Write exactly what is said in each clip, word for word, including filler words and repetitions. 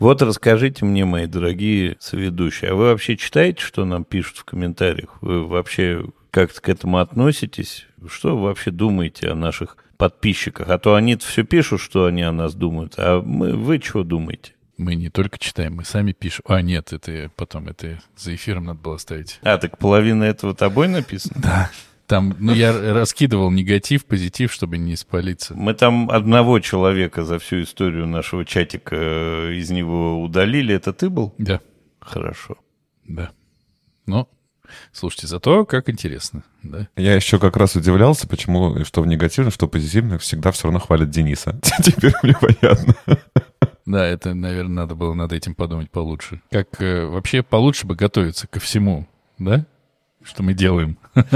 Вот расскажите мне, мои дорогие соведущие, а вы вообще читаете, что нам пишут в комментариях? Вы вообще как-то к этому относитесь? Что вы вообще думаете о наших подписчиках? А то они-то все пишут, что они о нас думают, а мы, вы чего думаете? Мы не только читаем, мы сами пишем. А, нет, это потом, это за эфиром надо было ставить. А, так половина этого тобой написано? Да. Там, ну, я раскидывал негатив, позитив, чтобы не спалиться. Мы там одного человека за всю историю нашего чатика из него удалили. Это ты был? Да. Хорошо. Да. Ну, слушайте, зато как интересно, да? Я еще как раз удивлялся, почему, что в негативных, что в позитивных всегда все равно хвалят Дениса. Теперь мне понятно. Да, это, наверное, надо было над этим подумать получше. Как э, вообще получше бы готовиться ко всему, да? Что мы делаем.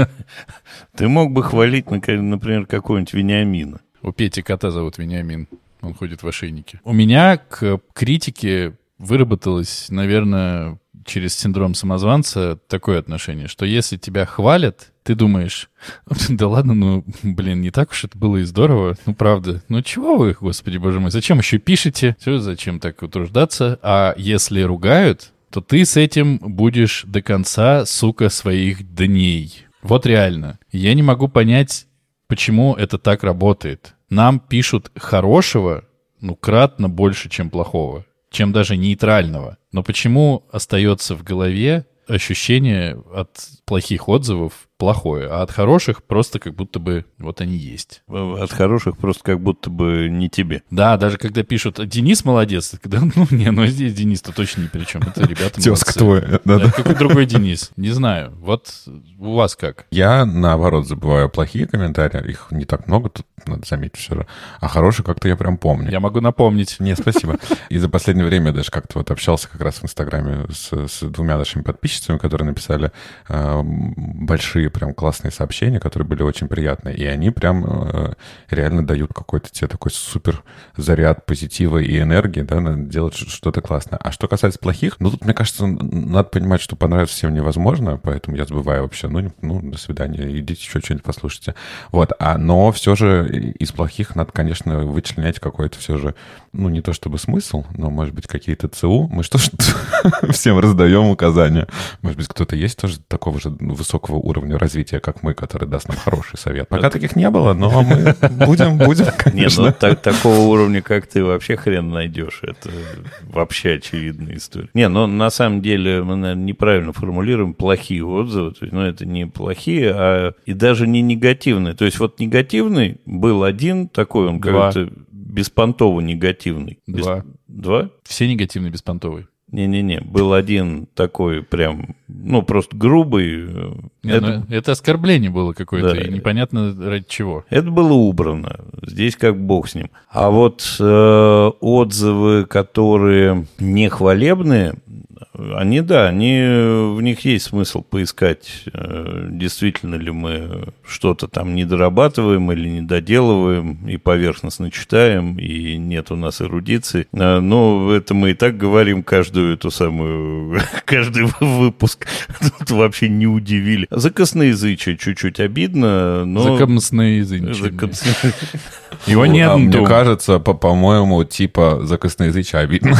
Ты мог бы хвалить, например, какого-нибудь Вениамина. У Пети кота зовут Вениамин. Он ходит в ошейнике. У меня к критике выработалось, наверное, через синдром самозванца такое отношение, что если тебя хвалят, ты думаешь, да ладно, ну, блин, не так уж это было и здорово. Ну, правда. Ну, чего вы, господи, боже мой, зачем еще пишете? Все, зачем так утруждаться? А если ругают, то ты с этим будешь до конца, сука, своих дней. Вот реально. Я не могу понять, почему это так работает. Нам пишут хорошего, ну, кратно больше, чем плохого, чем даже нейтрального. Но почему остается в голове ощущение от плохих отзывов плохое, а от хороших просто как будто бы вот они есть. От хороших просто как будто бы не тебе. Да, даже когда пишут «Денис молодец», когда, ну, не, ну здесь Денис-то точно ни при чем. Это ребята молодцы. Тезка твоя. Да, да. Какой другой Денис? Не знаю. Вот у вас как? Я, наоборот, забываю плохие комментарии. Их не так много, тут надо заметить все же. А хорошие как-то я прям помню. Я могу напомнить. Не, спасибо. И за последнее время даже как-то вот общался как раз в Инстаграме с, с двумя нашими подписчицами, которые написали э, большие прям классные сообщения, которые были очень приятные. И они прям э, реально дают какой-то тебе такой супер заряд позитива и энергии, да, делать что-то классное. А что касается плохих, ну тут, мне кажется, надо понимать, что понравится всем невозможно, поэтому я забываю вообще, ну, ну до свидания, идите еще что-нибудь послушайте. Вот, а, но все же из плохих надо, конечно, вычленять какой-то все же, ну, не то чтобы смысл, но, может быть, какие-то ЦУ. Мы что ж всем раздаем указания. Может быть, кто-то есть тоже такого же высокого уровня развития, как мы, который даст нам хороший совет. Пока таких не было, но мы будем, будем, конечно. Нет, ну, так, такого уровня, как ты, вообще хрен найдешь. Это вообще очевидная история. Не, но на самом деле мы, наверное, неправильно формулируем плохие отзывы. То есть, ну, это не плохие, а и даже не негативные. То есть, вот негативный был один такой, он как-то беспонтово негативный. Два. Без... Два? Все негативные, беспонтовые. Не-не-не, был один такой прям, ну, просто грубый. Не, это... Ну, это оскорбление было какое-то, Да. И непонятно ради чего. Это было убрано. Здесь как бог с ним. А вот э, отзывы, которые не хвалебные, они, да, они, в них есть смысл поискать, э, действительно ли мы что-то там не дорабатываем или не доделываем, и поверхностно читаем, и нет у нас эрудиции. Э, но это мы и так говорим каждую эту самую, каждый выпуск. Тут вообще не удивили. За косноязычие чуть-чуть обидно, но... За косноязычие. За косноязычие. Его нет. А мне кажется, по- по-моему, типа за косноязычие обидно.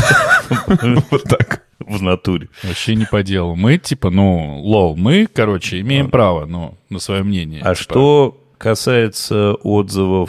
Вот так. В натуре. Вообще не по делу. Мы, типа, ну, лол, мы, короче, имеем право, ну, на свое мнение. А типа... что касается отзывов...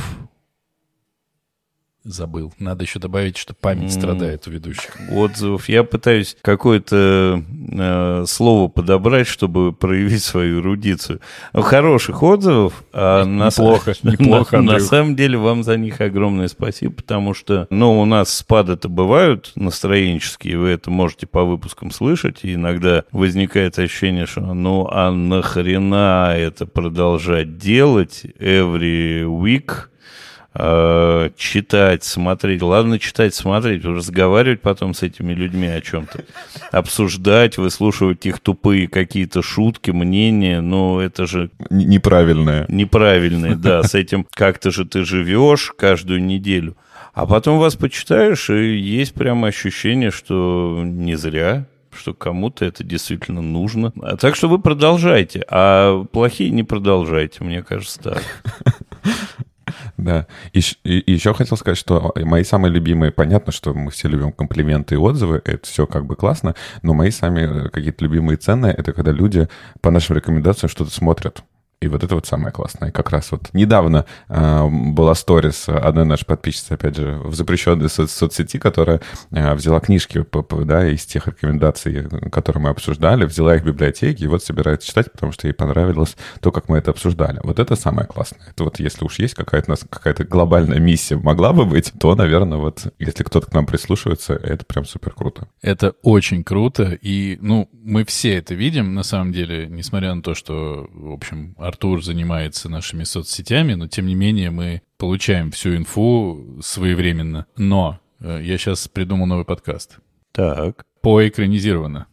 Забыл. Надо еще добавить, что память mm. страдает у ведущих. Отзывов. Я пытаюсь какое-то э, слово подобрать, чтобы проявить свою эрудицию. Хороших отзывов. А неплохо, на, неплохо, на, на самом деле вам за них огромное спасибо, потому что, ну, у нас спады-то бывают настроенческие, вы это можете по выпускам слышать, и иногда возникает ощущение, что ну, а нахрена это продолжать делать every week? Читать, смотреть. Ладно, читать, смотреть, разговаривать потом с этими людьми о чем-то. Обсуждать, выслушивать их тупые какие-то шутки, мнения. Но это же... Неправильное. Неправильное, да. С этим как-то же ты живешь каждую неделю. А потом вас почитаешь, и есть прямо ощущение, что не зря, что кому-то это действительно нужно. Так что вы продолжайте, а плохие не продолжайте, мне кажется, так. Да. И, и, и еще хотел сказать, что мои самые любимые, понятно, что мы все любим комплименты и отзывы, это все как бы классно, но мои самые какие-то любимые ценные, это когда люди по нашим рекомендациям что-то смотрят. И вот это вот самое классное. Как раз вот недавно э, была сторис одной нашей подписчицы, опять же, в запрещенной со- соцсети, которая э, взяла книжки по, по, да, из тех рекомендаций, которые мы обсуждали, взяла их в библиотеке и вот собирается читать, потому что ей понравилось то, как мы это обсуждали. Вот это самое классное. Это вот если уж есть какая-то у нас какая-то глобальная миссия могла бы быть, то, наверное, вот если кто-то к нам прислушивается, это прям супер круто. Это очень круто. И, ну, мы все это видим, на самом деле, несмотря на то, что, в общем, Артур занимается нашими соцсетями, но, тем не менее, мы получаем всю инфу своевременно. Но э, я сейчас придумал новый подкаст. Так. Поэкранизировано.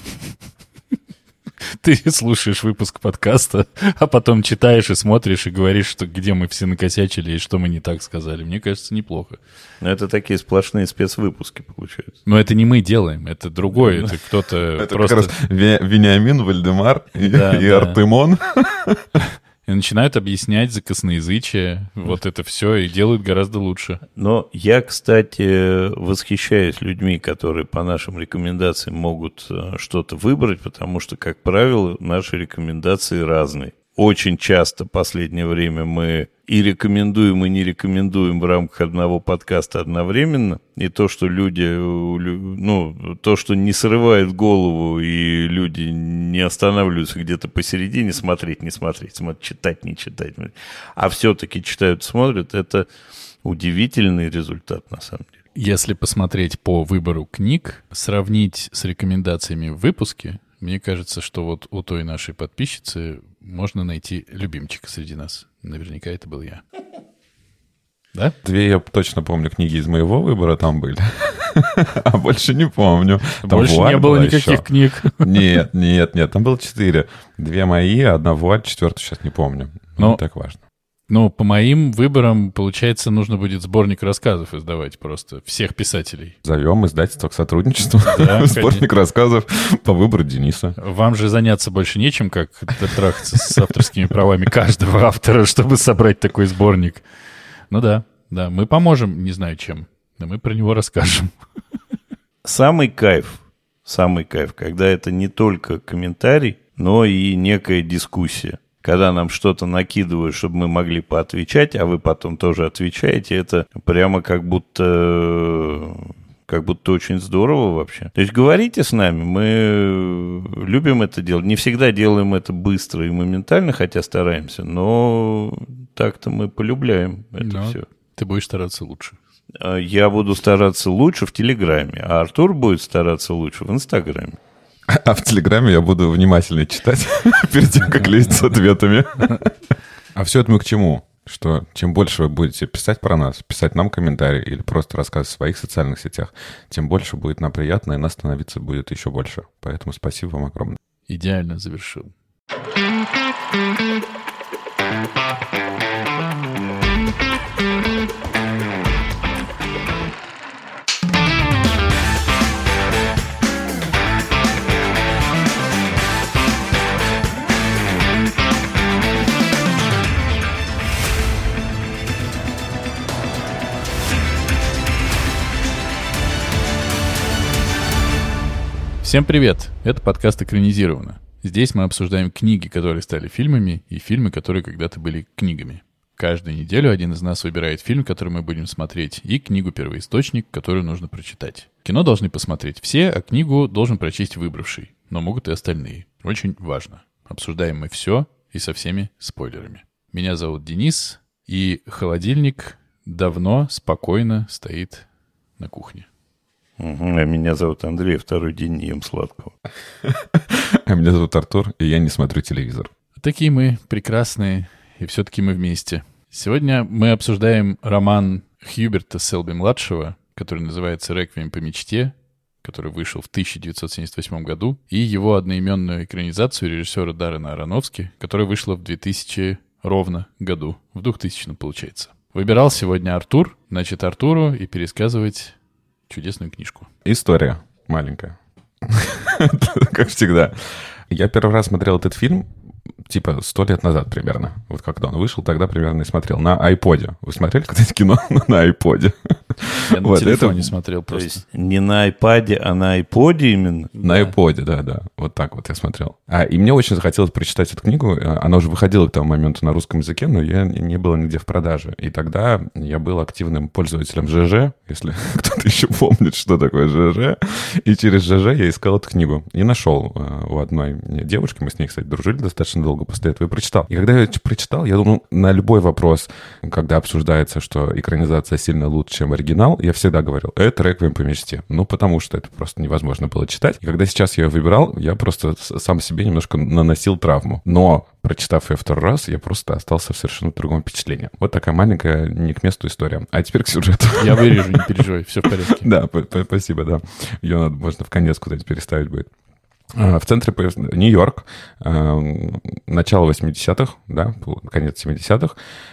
Ты слушаешь выпуск подкаста, а потом читаешь и смотришь, и говоришь, что где мы все накосячили и что мы не так сказали. Мне кажется, неплохо. Это такие сплошные спецвыпуски получаются. Но это не мы делаем, это другое. Это кто-то Это просто... как раз Вениамин, Вальдемар и, Да, и да. Артемон. И начинают объяснять за косноязычие, вот это все, и делают гораздо лучше. Но я, кстати, восхищаюсь людьми, которые по нашим рекомендациям могут э, что-то выбрать, потому что, как правило, наши рекомендации разные. Очень часто в последнее время мы и рекомендуем, и не рекомендуем в рамках одного подкаста одновременно. И то, что люди, ну, то, что не срывает голову, и люди не останавливаются где-то посередине, смотреть, не смотреть, смотреть, читать, не читать, а все-таки читают, смотрят, это удивительный результат, на самом деле. Если посмотреть по выбору книг, сравнить с рекомендациями в выпуске, мне кажется, что вот у той нашей подписчицы можно найти любимчика среди нас. Наверняка это был я. Да? Две я точно помню книги из моего выбора там были. А больше не помню. Там Больше вуаль не было была никаких еще. книг. Нет, нет, нет. Там было четыре. Две мои, одна вуаль, четвертую сейчас не помню. Но- Не так важно. Ну, по моим выборам, получается, нужно будет сборник рассказов издавать просто. Всех писателей. Зовем издательство к сотрудничеству. Да, Сборник рассказов по выбору Дениса. Вам же заняться больше нечем, как трахаться с авторскими правами каждого автора, чтобы собрать такой сборник. Ну да, да, мы поможем, не знаю чем, но мы про него расскажем. Самый кайф, самый кайф, когда это не только комментарий, но и некая дискуссия. Когда нам что-то накидывают, чтобы мы могли поотвечать, а вы потом тоже отвечаете, это прямо как будто, как будто очень здорово вообще. То есть говорите с нами, мы любим это делать. Не всегда делаем это быстро и моментально, хотя стараемся, но так-то мы полюбляем это Но все. ты будешь стараться лучше. Я буду стараться лучше в Телеграме, а Артур будет стараться лучше в Инстаграме. А в Телеграме я буду внимательнее читать перед тем, как лезть с ответами. А все это мы к чему? Что чем больше вы будете писать про нас, писать нам комментарии или просто рассказывать в своих социальных сетях, тем больше будет нам приятно, и нас становиться будет еще больше. Поэтому спасибо вам огромное. Идеально завершил. Всем привет! Это подкаст «Экранизировано». Здесь мы обсуждаем книги, которые стали фильмами, и фильмы, которые когда-то были книгами. Каждую неделю один из нас выбирает фильм, который мы будем смотреть, и книгу-первоисточник, которую нужно прочитать. Кино должны посмотреть все, а книгу должен прочесть выбравший, но могут и остальные. Очень важно. Обсуждаем мы все и со всеми спойлерами. Меня зовут Денис, и холодильник давно, спокойно стоит на кухне. Угу. А меня зовут Андрей, второй день не ем сладкого. А меня зовут Артур, и я не смотрю телевизор. Такие мы прекрасные, и все-таки мы вместе. Сегодня мы обсуждаем роман Хьюберта Селби-младшего, который называется «Реквием по мечте», который вышел в тысяча девятьсот семьдесят восьмом году, и его одноименную экранизацию режиссера Даррена Аронофски, которая вышла в двухтысячном ровно году, в двухтысячном получается. Выбирал сегодня Артур, значит, Артуру и пересказывать чудесную книжку. История маленькая. Как всегда. Я первый раз смотрел этот фильм типа сто лет назад примерно. Вот когда он вышел, тогда примерно и смотрел. На айподе. Вы смотрели когда-нибудь кино на айподе? Я на телефоне смотрел просто. То есть не на айпаде, а на айподе именно? На айподе, да-да. Вот так вот я смотрел. А, и мне очень захотелось прочитать эту книгу. Она уже выходила к тому моменту на русском языке, но я не было нигде в продаже. И тогда я был активным пользователем ЖЖ, если кто-то еще помнит, что такое ЖЖ. И через ЖЖ я искал эту книгу. И нашел у одной девушки. Мы с ней, кстати, дружили достаточно долго после этого. И прочитал. И когда я прочитал, я думал, на любой вопрос, когда обсуждается, что экранизация сильно лучше, чем оригинал, я всегда говорил, это «Реквием по мечте». Ну, потому что это просто невозможно было читать. И когда сейчас я ее выбирал, я просто сам себе немножко наносил травму. Но, прочитав ее второй раз, я просто остался в совершенно другом впечатлении. Вот такая маленькая, не к месту история. А теперь к сюжету. Я вырежу, не переживай, все в порядке. Да, спасибо, да. Ее надо, можно в конец куда-нибудь переставить будет. В центре Нью-Йорк, начало восьмидесятых, да, конец семидесятых.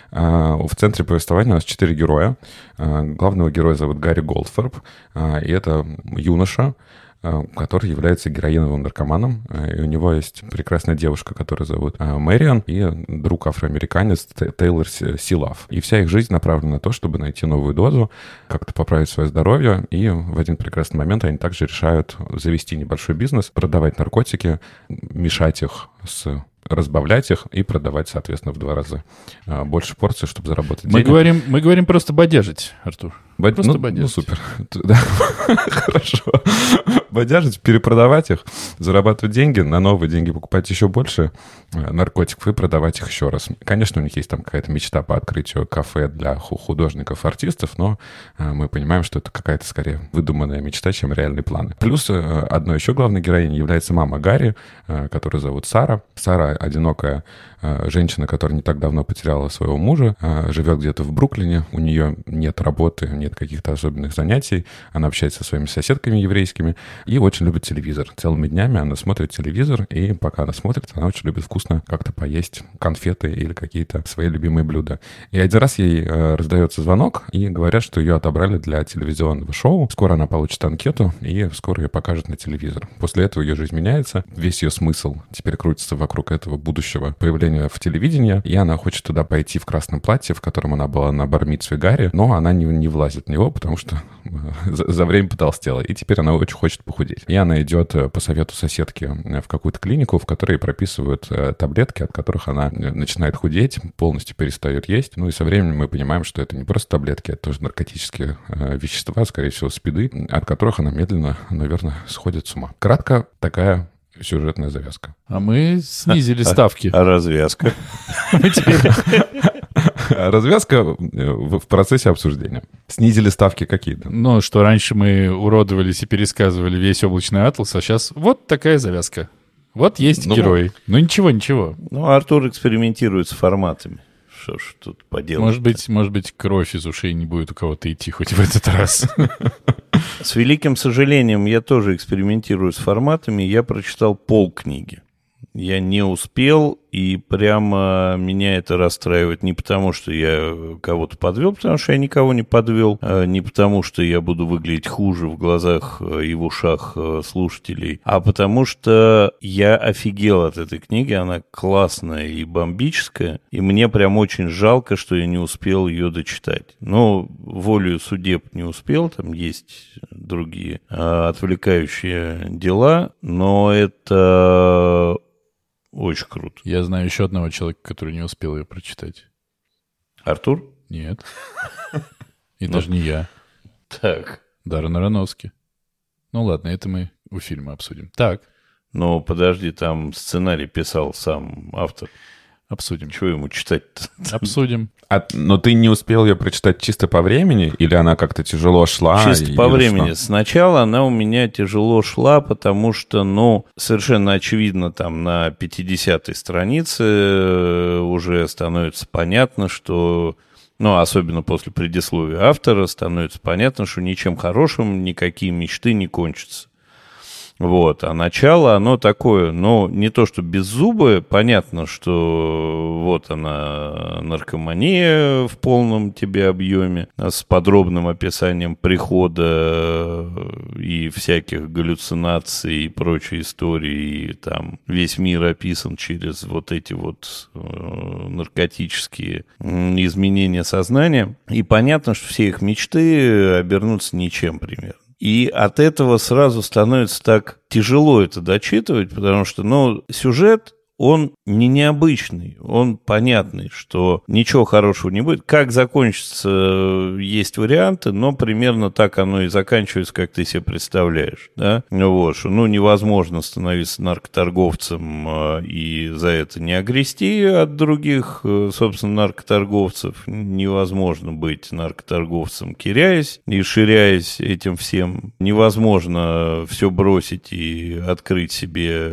В центре повествования у нас четыре героя. Главного героя зовут Гарри Голдфорб, и это юноша, который является героиновым наркоманом. И у него есть прекрасная девушка, которую зовут Мэриан, и друг афроамериканец Тейлор Силав. И вся их жизнь направлена на то, чтобы найти новую дозу, как-то поправить свое здоровье. И в один прекрасный момент они также решают завести небольшой бизнес, продавать наркотики, мешать их с... разбавлять их и продавать, соответственно, в два раза больше порций, чтобы заработать мы денег. Говорим, мы говорим просто бодяжить, Артур. Бод... Просто ну, бодяжить. Ну, супер. Да. Хорошо. Бодяжить, перепродавать их, зарабатывать деньги, на новые деньги покупать еще больше наркотиков и продавать их еще раз. Конечно, у них есть там какая-то мечта по открытию кафе для художников, артистов, но мы понимаем, что это какая-то скорее выдуманная мечта, чем реальные планы. Плюс одной еще главной героиней является мама Гарри, которую зовут Сара. Сара одинокая женщина, которая не так давно потеряла своего мужа, живет где-то в Бруклине, у нее нет работы, нет каких-то особенных занятий, она общается со своими соседками еврейскими и очень любит телевизор. Целыми днями она смотрит телевизор, и пока она смотрит, она очень любит вкусно как-то поесть конфеты или какие-то свои любимые блюда. И один раз ей раздается звонок, и говорят, что ее отобрали для телевизионного шоу. Скоро она получит анкету, и скоро ее покажут на телевизор. После этого ее жизнь меняется, весь ее смысл теперь крутится вокруг этого будущего появления в телевидении, и она хочет туда пойти в красном платье, в котором она была на бар-мицве Гарри, но она не, не влазит в него, потому что за, за время потолстела, и теперь она очень хочет похудеть. И она идет по совету соседки в какую-то клинику, в которой прописывают таблетки, от которых она начинает худеть, полностью перестает есть. Ну и со временем мы понимаем, что это не просто таблетки, это тоже наркотические вещества, скорее всего, спиды, от которых она медленно, наверное, сходит с ума. Кратко такая сюжетная завязка. А мы снизили ставки. А развязка? Развязка в процессе обсуждения. Снизили ставки какие-то. Ну, что раньше мы уродовались и пересказывали весь облачный атлас, а сейчас вот такая завязка. Вот есть ну, герои. Ну, ничего, ничего. Ну, Артур экспериментирует с форматами. Что ж тут поделать? Может быть, может быть, кровь из ушей не будет у кого-то идти хоть в этот раз. С великим сожалением я тоже экспериментирую с форматами. Я прочитал полкниги. Я не успел, и прямо меня это расстраивает не потому, что я кого-то подвел, потому что я никого не подвел, не потому, что я буду выглядеть хуже в глазах и в ушах слушателей, а потому что я офигел от этой книги, она классная и бомбическая, и мне прям очень жалко, что я не успел ее дочитать. Но волею судеб не успел, там есть другие отвлекающие дела, но это... очень круто. Я знаю еще одного человека, который не успел ее прочитать. Артур? Нет. И даже не я. Так. Даррен Аронофски. Ну ладно, это мы у фильма обсудим. Так. Ну, подожди, там сценарий писал сам автор. Обсудим. Чего ему читать-то? Обсудим. А, но ты не успел ее прочитать чисто по времени? Или она как-то тяжело шла? Чисто по времени. Шла? Сначала она у меня тяжело шла, потому что, ну, совершенно очевидно, там на пятидесятой странице уже становится понятно, что... Ну, особенно после предисловия автора становится понятно, что ничем хорошим никакие мечты не кончатся. Вот, а начало, оно такое, ну, не то что беззубое, понятно, что вот она, наркомания в полном тебе объеме, с подробным описанием прихода и всяких галлюцинаций и прочей истории, и там весь мир описан через вот эти вот э, наркотические изменения сознания, и понятно, что все их мечты обернутся ничем примерно. И от этого сразу становится так тяжело это дочитывать, потому что, ну, сюжет, он не необычный, он понятный, что ничего хорошего не будет. Как закончится, есть варианты, но примерно так оно и заканчивается, как ты себе представляешь, да? Вот, что, ну, невозможно становиться наркоторговцем и за это не огрести от других, собственно, наркоторговцев. Невозможно быть наркоторговцем, киряясь и ширяясь этим всем. Невозможно все бросить и открыть себе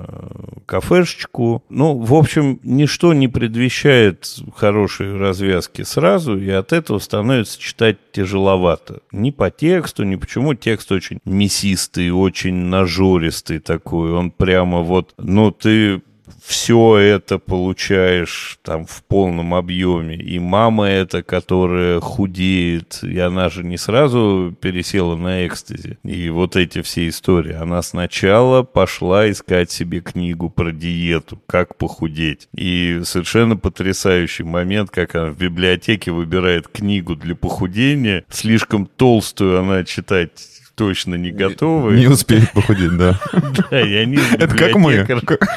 кафешечку. Ну, в общем, ничто не предвещает хорошей развязки сразу, и от этого становится читать тяжеловато. Ни по тексту, ни почему. Текст очень мясистый, очень нажористый такой. Он прямо вот, ну, ты... все это получаешь там в полном объеме. И мама эта, которая худеет, и она же не сразу пересела на экстази. И вот эти все истории. Она сначала пошла искать себе книгу про диету, как похудеть. И совершенно потрясающий момент, как она в библиотеке выбирает книгу для похудения. Слишком толстую она читать точно не готовы. Не успеет похудеть, да. Да, и они... Это как мы.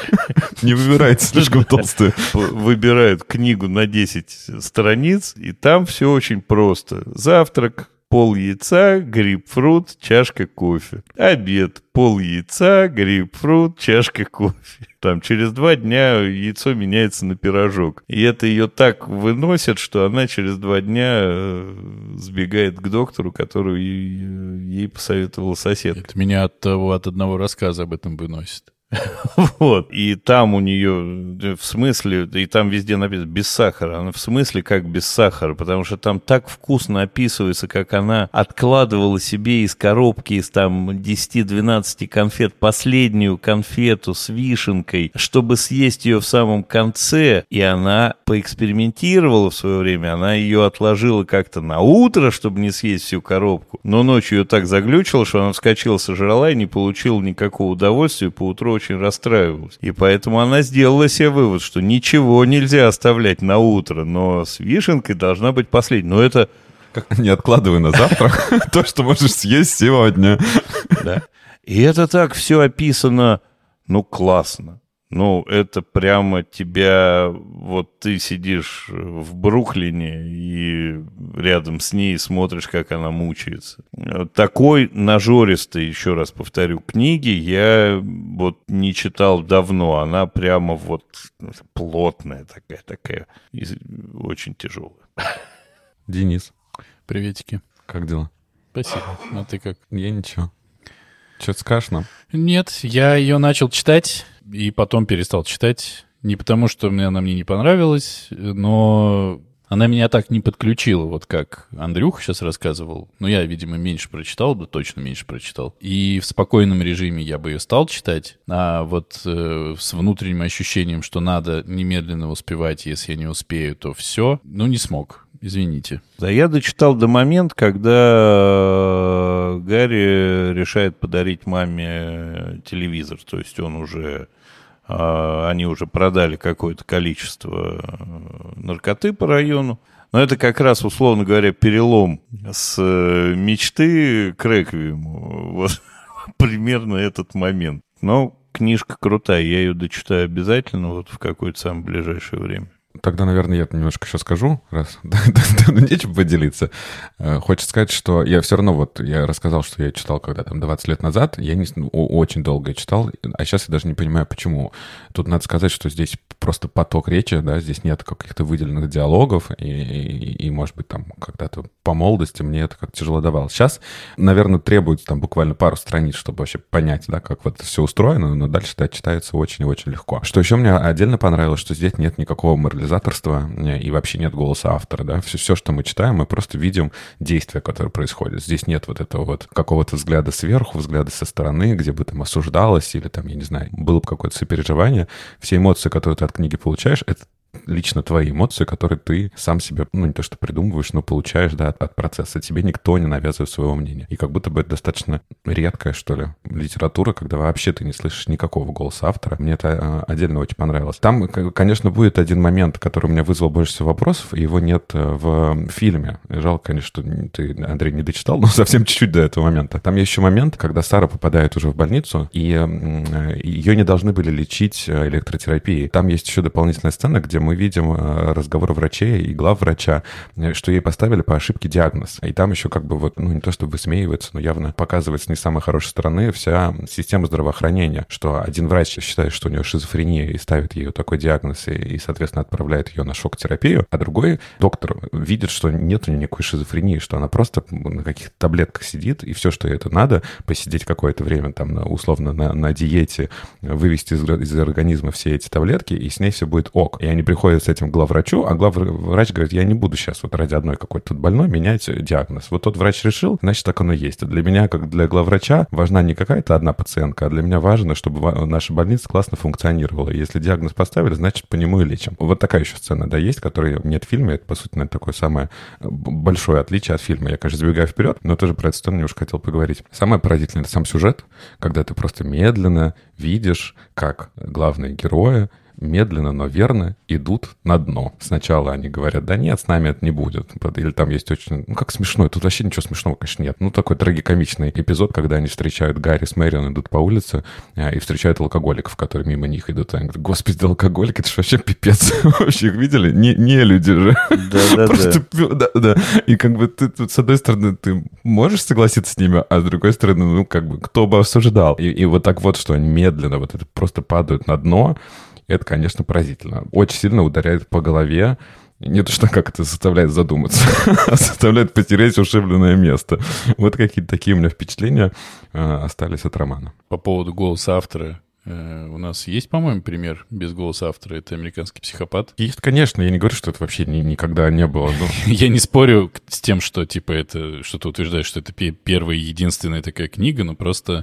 Не выбирайте слишком толстую. Выбирают книгу на десять страниц, и там все очень просто. Завтрак, пол яйца, грейпфрут, чашка кофе. Обед, пол яйца, грейпфрут, чашка кофе. Там через два дня яйцо меняется на пирожок. И это ее так выносит, что она через два дня сбегает к доктору, который ей посоветовала соседка. Это меня от того, от одного рассказа об этом выносит. Вот. И там у нее, в смысле, и там везде написано без сахара. Она в смысле как без сахара, потому что там так вкусно описывается, как она откладывала себе из коробки из там десяти-двенадцати конфет последнюю конфету с вишенкой, чтобы съесть ее в самом конце. И она поэкспериментировала в свое время. Она ее отложила как-то на утро, чтобы не съесть всю коробку. Но ночью ее так заглючило, что она вскочила, сожрала и не получила никакого удовольствия. Поутру очень расстраивалась. И поэтому она сделала себе вывод, что ничего нельзя оставлять на утро, но с вишенкой должна быть последней. Но это... Как не откладывай на завтра то, что можешь съесть сегодня. Да. И это так все описано, ну, классно. Ну, это прямо тебя... Вот ты сидишь в Бруклине и рядом с ней смотришь, как она мучается. Такой нажористой, еще раз повторю, книги я вот не читал давно. Она прямо вот плотная такая, такая, и очень тяжелая. Денис. Приветики. Как дела? Спасибо. А ты как? Я ничего. Что-то скажешь нам? Нет, я ее начал читать и потом перестал читать. Не потому, что мне она мне не понравилась, но она меня так не подключила, вот как Андрюха сейчас рассказывал. Но я, видимо, меньше прочитал, да точно меньше прочитал. И в спокойном режиме я бы ее стал читать, а вот э, с внутренним ощущением, что надо немедленно успевать, если я не успею, то все, ну не смог. Извините. Да, я дочитал до момента, когда Гарри решает подарить маме телевизор. То есть он уже, они уже продали какое-то количество наркоты по району. Но это как раз, условно говоря, перелом с мечты к реквиему. Вот примерно этот момент. Но книжка крутая, я ее дочитаю обязательно вот в какое-то самое ближайшее время. Тогда, наверное, я немножко еще скажу, раз нечем поделиться. Хочется сказать, что я все равно, вот я рассказал, что я читал когда там двадцать лет назад, я не, очень долго читал, а сейчас я даже не понимаю, почему. Тут надо сказать, что здесь просто поток речи, да, здесь нет каких-то выделенных диалогов, и, и, и может быть, там когда-то по молодости мне это как-то тяжело давалось. Сейчас, наверное, требуется там буквально пару страниц, чтобы вообще понять, да, как вот это все устроено, но дальше, да, читается очень и очень легко. Что еще мне отдельно понравилось, что здесь нет никакого Мерлина морализаторства и вообще нет голоса автора, да. Все, все, что мы читаем, мы просто видим действия, которые происходят. Здесь нет вот этого вот какого-то взгляда сверху, взгляда со стороны, где бы там осуждалось или там, я не знаю, было бы какое-то сопереживание. Все эмоции, которые ты от книги получаешь, это лично твои эмоции, которые ты сам себе, ну, не то что придумываешь, но получаешь, да, от, от процесса. Тебе никто не навязывает своего мнения. И как будто бы это достаточно редкая, что ли, литература, когда вообще ты не слышишь никакого голоса автора. Мне это э, отдельно очень понравилось. Там, конечно, будет один момент, который у меня вызвал больше всего вопросов, и его нет в фильме. Жалко, конечно, что ты, Андрей, не дочитал, но совсем чуть-чуть до этого момента. Там есть еще момент, когда Сара попадает уже в больницу, и э, ее не должны были лечить электротерапией. Там есть еще дополнительная сцена, где мы видим разговор врачей и главврача, что ей поставили по ошибке диагноз. И там еще как бы вот, ну, не то чтобы высмеивается, но явно показывается не с самой хорошей стороны вся система здравоохранения, что один врач считает, что у нее шизофрения и ставит ей такой диагноз и, и, соответственно, отправляет ее на шок-терапию, а другой доктор видит, что нет у нее никакой шизофрении, что она просто на каких-то таблетках сидит, и все, что ей это надо, посидеть какое-то время там условно на, на диете, вывести из, из организма все эти таблетки, и с ней все будет ок. И они приходят с этим к главврачу, а главврач говорит, я не буду сейчас вот ради одной какой-то тут больной менять диагноз. Вот тот врач решил, значит, так оно есть. А для меня, как для главврача, важна не какая-то одна пациентка, а для меня важно, чтобы наша больница классно функционировала. Если диагноз поставили, значит, по нему и лечим. Вот такая еще сцена, да, есть, которой нет в фильме. Это, по сути, наверное, такое самое большое отличие от фильма. Я, конечно, забегаю вперед, но тоже про эту сцену немножко хотел поговорить. Самое поразительное — это сам сюжет, когда ты просто медленно видишь, как главные герои медленно, но верно идут на дно. Сначала они говорят, да нет, с нами это не будет. Или там есть очень... Ну, как смешно. Тут вообще ничего смешного, конечно, нет. Ну, такой трагикомичный эпизод, когда они встречают Гарри с Мэрион, идут по улице и встречают алкоголиков, которые мимо них идут. Они говорят, господи, да алкоголики, это же вообще пипец. Вообще их видели? Не, не люди же. Да-да-да. Просто... Да-да. И как бы ты тут, с одной стороны, ты можешь согласиться с ними, а с другой стороны, ну, как бы, кто бы осуждал. И, и вот так вот, что они медленно вот это просто падают на дно. Это, конечно, поразительно. Очень сильно ударяет по голове. Не то, что как это заставляет задуматься, а заставляет потерять ушибленное место. Вот какие-то такие у меня впечатления э, остались от романа. По поводу голоса автора. Э, у нас есть, по-моему, пример без голоса автора. Это «Американский психопат». Есть, конечно. Я не говорю, что это вообще ни, никогда не было. Но... Я не спорю с тем, что типа это, что ты утверждаешь, что это первая и единственная такая книга, но просто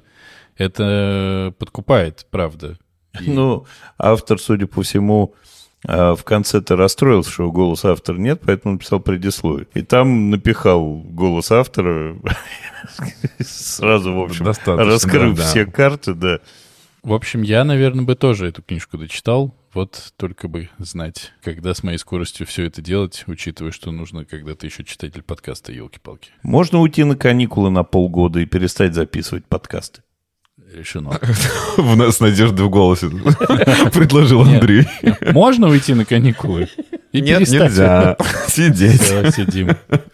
это подкупает, правда. И... Ну, автор, судя по всему, в конце-то расстроился, что голоса автора нет, поэтому написал предисловие. И там напихал голос автора, сразу, в общем, раскрыв да, все да. карты, да. В общем, я, наверное, бы тоже эту книжку дочитал, вот только бы знать, когда с моей скоростью все это делать, учитывая, что нужно когда-то еще читатель подкаста, елки-палки. Можно уйти на каникулы на полгода и перестать записывать подкасты. Решено. У нас надежда в голосе предложил Андрей. Можно уйти на каникулы и Нет, перестать. Нельзя. Сидеть. Все, сидим.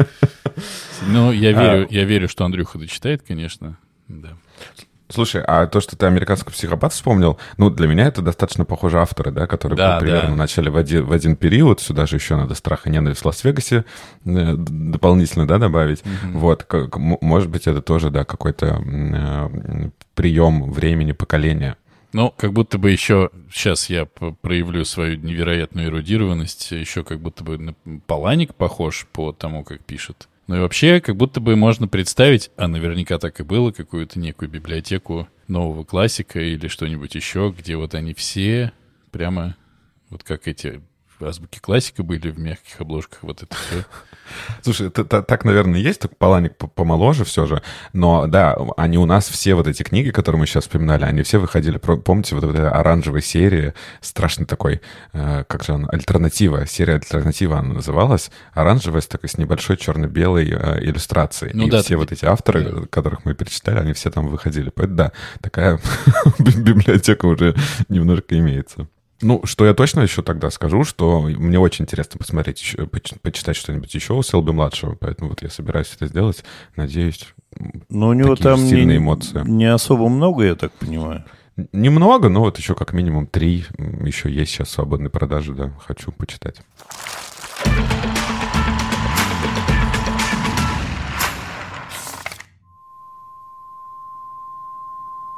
Ну, я верю, я верю, что Андрюха дочитает, конечно. Да. Слушай, а то, что ты «Американского психопата» вспомнил, ну, для меня это достаточно похожие авторы, да, которые да, примерно да. начали в один, в один период. Сюда же еще надо «Страх и ненависть в Лас-Вегасе» дополнительно, да, добавить. Mm-hmm. Вот, как, может быть, это тоже, да, какой-то э, прием времени, поколения. Ну, как будто бы еще, сейчас я проявлю свою невероятную эрудированность, еще как будто бы на Паланик похож по тому, как пишет. Ну и вообще, как будто бы можно представить, а наверняка так и было, какую-то некую библиотеку нового классика или что-нибудь еще, где вот они все прямо, вот как эти азбуки классика были в мягких обложках, вот это все. Слушай, это, это, так, наверное, есть, только Паланик помоложе все же, но да, они у нас все вот эти книги, которые мы сейчас вспоминали, они все выходили, помните, вот эта оранжевая серия, страшный такой, э, как же она, альтернатива, серия альтернатива она называлась, оранжевая с такой с небольшой черно-белой э, иллюстрацией, ну, и да, все ты... вот эти авторы, да. которых мы перечитали, они все там выходили, поэтому да, такая библиотека уже немножко имеется. Ну, что я точно еще тогда скажу, что мне очень интересно посмотреть, еще, почитать что-нибудь еще у Селби-младшего, поэтому вот я собираюсь это сделать, надеюсь, но у него там сильные не, эмоции. Не особо много, я так понимаю. Немного, но вот еще как минимум три еще есть сейчас в свободной продаже, да, хочу почитать.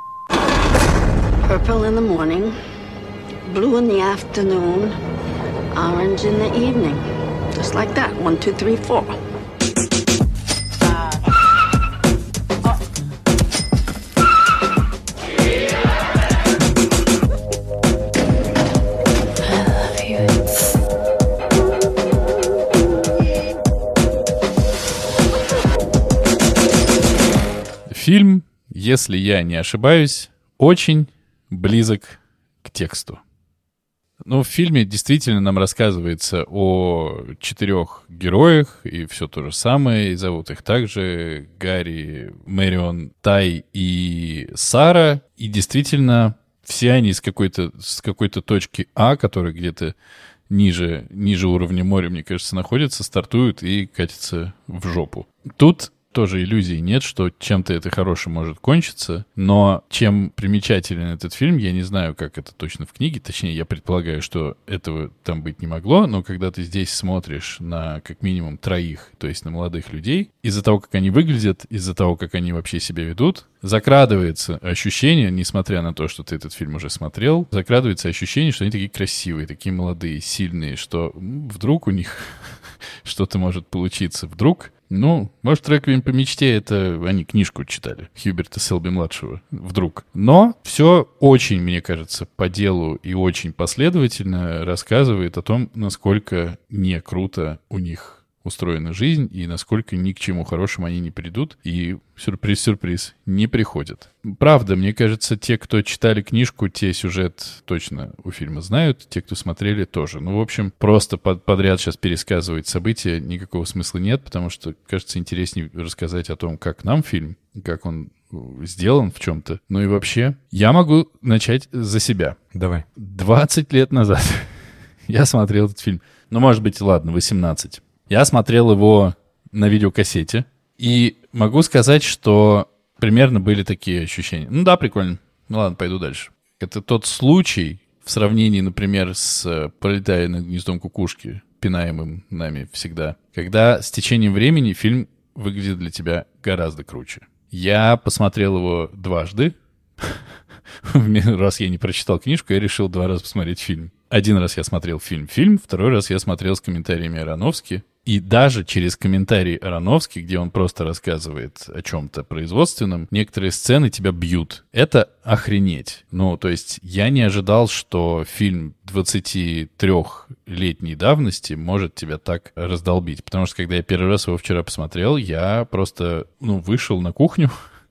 Purple in the morning. Blue in the afternoon, Orange in the evening. Just like that. One, two, three, four. Фильм, если я не ошибаюсь, очень близок к тексту. Ну, в фильме действительно нам рассказывается о четырех героях, и все то же самое, и зовут их также Гарри, Мэрион, Тай и Сара. И действительно, все они с какой-то, с какой-то точки А, которая где-то ниже, ниже уровня моря, мне кажется, находится, стартуют и катятся в жопу. Тут тоже иллюзий нет, что чем-то это хорошее может кончиться, но чем примечателен этот фильм, я не знаю, как это точно в книге, точнее, я предполагаю, что этого там быть не могло, но когда ты здесь смотришь на как минимум троих, то есть на молодых людей, из-за того, как они выглядят, из-за того, как они вообще себя ведут, закрадывается ощущение, несмотря на то, что ты этот фильм уже смотрел, закрадывается ощущение, что они такие красивые, такие молодые, сильные, что вдруг у них что-то может получиться. Вдруг, ну, может, «Реквием по мечте» — это они книжку читали Хьюберта Селби-младшего. Вдруг. Но все очень, мне кажется, по делу и очень последовательно рассказывает о том, насколько не круто у них устроена жизнь и насколько ни к чему хорошему они не придут и, сюрприз-сюрприз, не приходят. Правда, мне кажется, те, кто читали книжку, те сюжет точно у фильма знают, те, кто смотрели, тоже. Ну, в общем, просто под, подряд сейчас пересказывать события никакого смысла нет, потому что, кажется, интереснее рассказать о том, как нам фильм, как он сделан в чем-то. Ну и вообще, я могу начать за себя. Давай. двадцать лет назад я смотрел этот фильм. Ну, может быть, ладно, восемнадцать. Я смотрел его на видеокассете, и могу сказать, что примерно были такие ощущения. Ну да, прикольно. Ну ладно, пойду дальше. Это тот случай в сравнении, например, с «Пролетая над гнездом кукушки», пинаемым нами всегда, когда с течением времени фильм выглядит для тебя гораздо круче. Я посмотрел его дважды. Раз я не прочитал книжку, я решил два раза посмотреть фильм. Один раз я смотрел фильм-фильм, второй раз я смотрел с комментариями Аронофски. И даже через комментарий Аронофски, где он просто рассказывает о чем-то производственном, некоторые сцены тебя бьют. Это охренеть. Ну, то есть я не ожидал, что фильм двадцатитрёхлетней давности может тебя так раздолбить. Потому что когда я первый раз его вчера посмотрел, я просто, ну, вышел на кухню,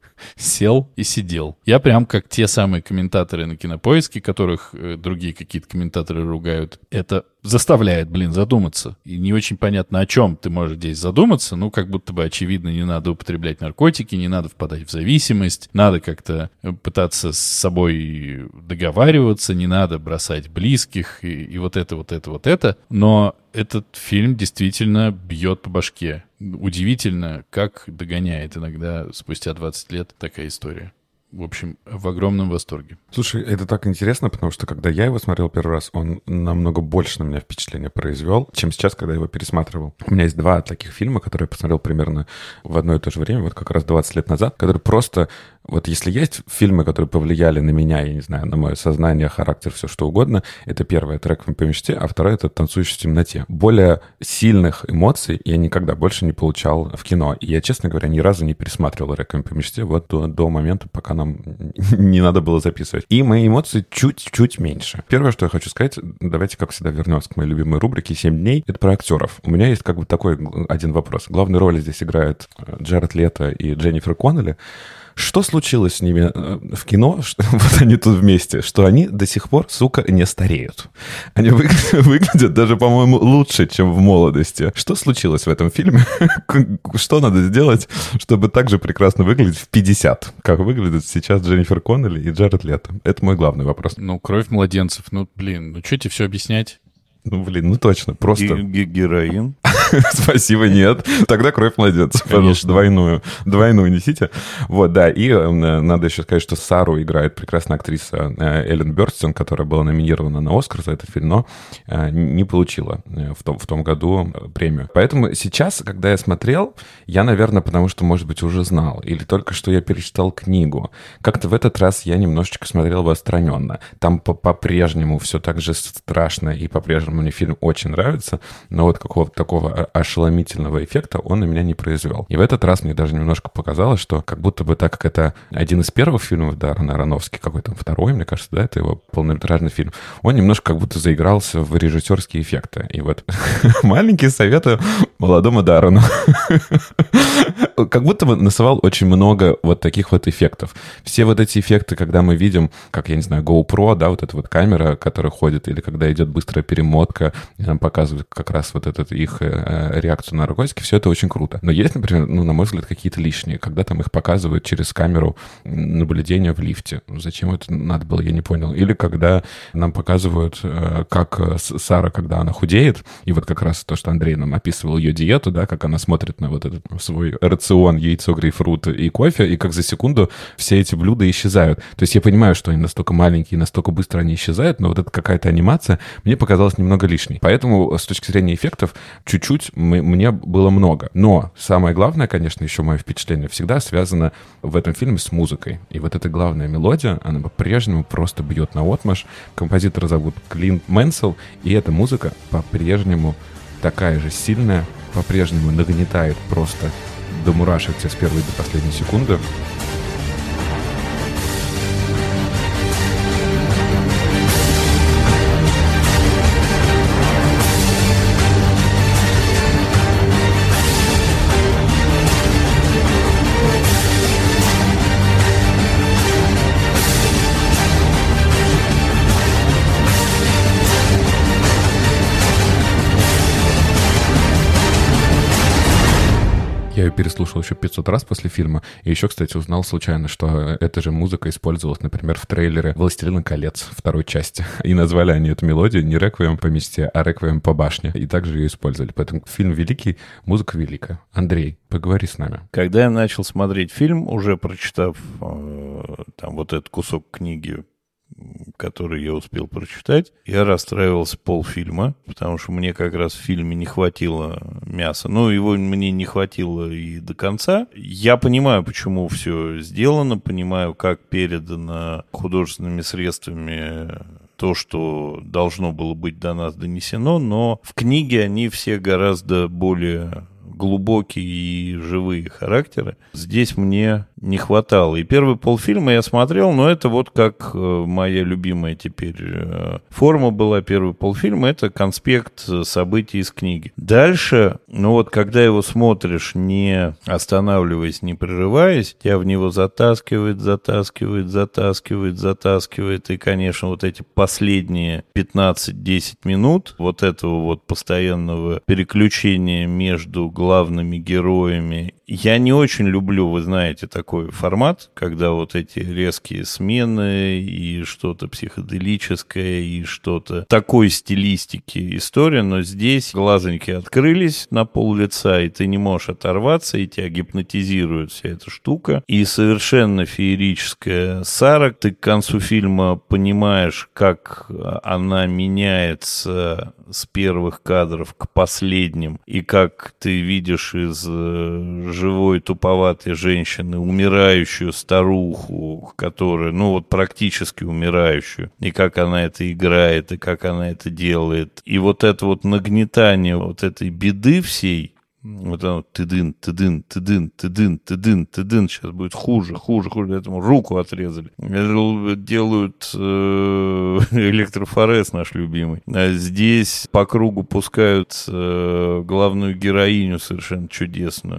сел и сидел. Я прям как те самые комментаторы на Кинопоиске, которых э, другие какие-то комментаторы ругают. Это заставляет, блин, задуматься. И не очень понятно, о чем ты можешь здесь задуматься. Ну, как будто бы очевидно, не надо употреблять наркотики, не надо впадать в зависимость, надо как-то пытаться с собой договариваться, не надо бросать близких и, и вот это, вот это, вот это. Но этот фильм действительно бьет по башке. Удивительно, как догоняет иногда спустя двадцать лет такая история. В общем, в огромном восторге. Слушай, это так интересно, потому что когда я его смотрел первый раз, он намного больше на меня впечатление произвел, чем сейчас, когда я его пересматривал. У меня есть два таких фильма, которые я посмотрел примерно в одно и то же время, вот как раз двадцать лет назад, которые просто... Вот если есть фильмы, которые повлияли на меня, я не знаю, на мое сознание, характер, все что угодно, это первое — это «Реквием по мечте», а второе — это «Танцующий в темноте». Более сильных эмоций я никогда больше не получал в кино. И я, честно говоря, ни разу не пересматривал «Реквием по мечте» вот до, до момента, пока нам не надо было записывать. И мои эмоции чуть-чуть меньше. Первое, что я хочу сказать, давайте, как всегда, вернемся к моей любимой рубрике «семь дней». Это про актеров. У меня есть как бы такой один вопрос. Главные роли здесь играют Джаред Лето и Дженнифер Коннелли. Что случилось с ними в кино, что вот они тут вместе, что они до сих пор, сука, не стареют? Они выглядят, выглядят даже, по-моему, лучше, чем в молодости. Что случилось в этом фильме? Что надо сделать, чтобы так же прекрасно выглядеть в пятьдесят, как выглядят сейчас Дженнифер Коннелли и Джаред Лето? Это мой главный вопрос. Ну, кровь младенцев. Ну, блин, ну что тебе все объяснять? Ну, блин, ну точно, просто... Ге- героин. Спасибо, нет. Тогда кровь младенца, пожалуйста, двойную. Двойную несите. Вот, да, и э, надо еще сказать, что Сару играет прекрасная актриса э, Эллен Бёрстин, которая была номинирована на «Оскар» за этот фильм, но э, не получила э, в, том, в том году э, премию. Поэтому сейчас, когда я смотрел, я, наверное, потому что, может быть, уже знал, или только что я перечитал книгу, как-то в этот раз я немножечко смотрел бы отстраненно. Там по- по-прежнему все так же страшно и по-прежнему которому мне фильм очень нравится, но вот какого-то такого ошеломительного эффекта он на меня не произвел. И в этот раз мне даже немножко показалось, что как будто бы, так как это один из первых фильмов Даррена Аронофски, какой-то второй, мне кажется, да, это его полнометражный фильм, он немножко как будто заигрался в режиссерские эффекты. И вот маленькие советы молодому Даррену. Как будто бы насывал очень много вот таких вот эффектов. Все вот эти эффекты, когда мы видим, как, я не знаю, GoPro, да, вот эта вот камера, которая ходит, или когда идет быстрая перемотка, и нам показывают как раз вот эту их э, реакцию на наркотики, все это очень круто. Но есть, например, ну, на мой взгляд, какие-то лишние, когда там их показывают через камеру наблюдения в лифте. Зачем это надо было, я не понял. Или когда нам показывают, э, как Сара, когда она худеет, и вот как раз то, что Андрей нам описывал ее диету, да, как она смотрит на вот этот свой рацион яйцо, грейпфрут и кофе, и как за секунду все эти блюда исчезают. То есть я понимаю, что они настолько маленькие, настолько быстро они исчезают, но вот эта какая-то анимация мне показалась немного лишней. Поэтому с точки зрения эффектов чуть-чуть мне было много. Но самое главное, конечно, еще мое впечатление всегда связано в этом фильме с музыкой. И вот эта главная мелодия, она по-прежнему просто бьет наотмашь. Композитора зовут Клинт Мэнсел, и эта музыка по-прежнему такая же сильная, по-прежнему нагнетает просто до мурашек тебя с первой до последней секунды. Я ее переслушал еще пятьсот раз после фильма. И еще, кстати, узнал случайно, что эта же музыка использовалась, например, в трейлере «Властелина колец» второй части. И назвали они эту мелодию не «Реквием по мечте», а «Реквием по башне». И также ее использовали. Поэтому фильм великий, музыка великая. Андрей, поговори с нами. Когда я начал смотреть фильм, уже прочитав э, там вот этот кусок книги, который я успел прочитать, я расстраивался полфильма, потому что мне как раз в фильме не хватило мяса. Ну, его мне не хватило и до конца. Я понимаю, почему все сделано, понимаю, как передано художественными средствами то, что должно было быть до нас донесено, но в книге они все гораздо более глубокие и живые характеры. Здесь мне не хватало. И первый полфильма я смотрел, но это вот как э, моя любимая теперь э, форма была. Первый полфильма — это конспект событий из книги. Дальше, ну вот когда его смотришь, не останавливаясь, не прерываясь, тебя в него затаскивает, затаскивает, затаскивает, затаскивает. И, конечно, вот эти последние пятнадцать-десять минут вот этого вот постоянного переключения между главными героями. Я не очень люблю, вы знаете, такой формат, когда вот эти резкие смены и что-то психоделическое, и что-то такой стилистики история, но здесь глазоньки открылись на пол лица, и ты не можешь оторваться, и тебя гипнотизирует вся эта штука. И совершенно феерическая Сара. Ты к концу фильма понимаешь, как она меняется с первых кадров к последним, и как ты видишь из живой туповатой женщины умирающую старуху, которая, ну вот практически умирающую, и как она это играет, и как она это делает. И вот это вот нагнетание вот этой беды всей, вот оно тыдын, тыдын, тыдын, тыдын, тыдын, тыдын, сейчас будет хуже, хуже, хуже, этому руку отрезали. Делают э, электрофорез наш любимый. А здесь по кругу пускают э, главную героиню совершенно чудесную.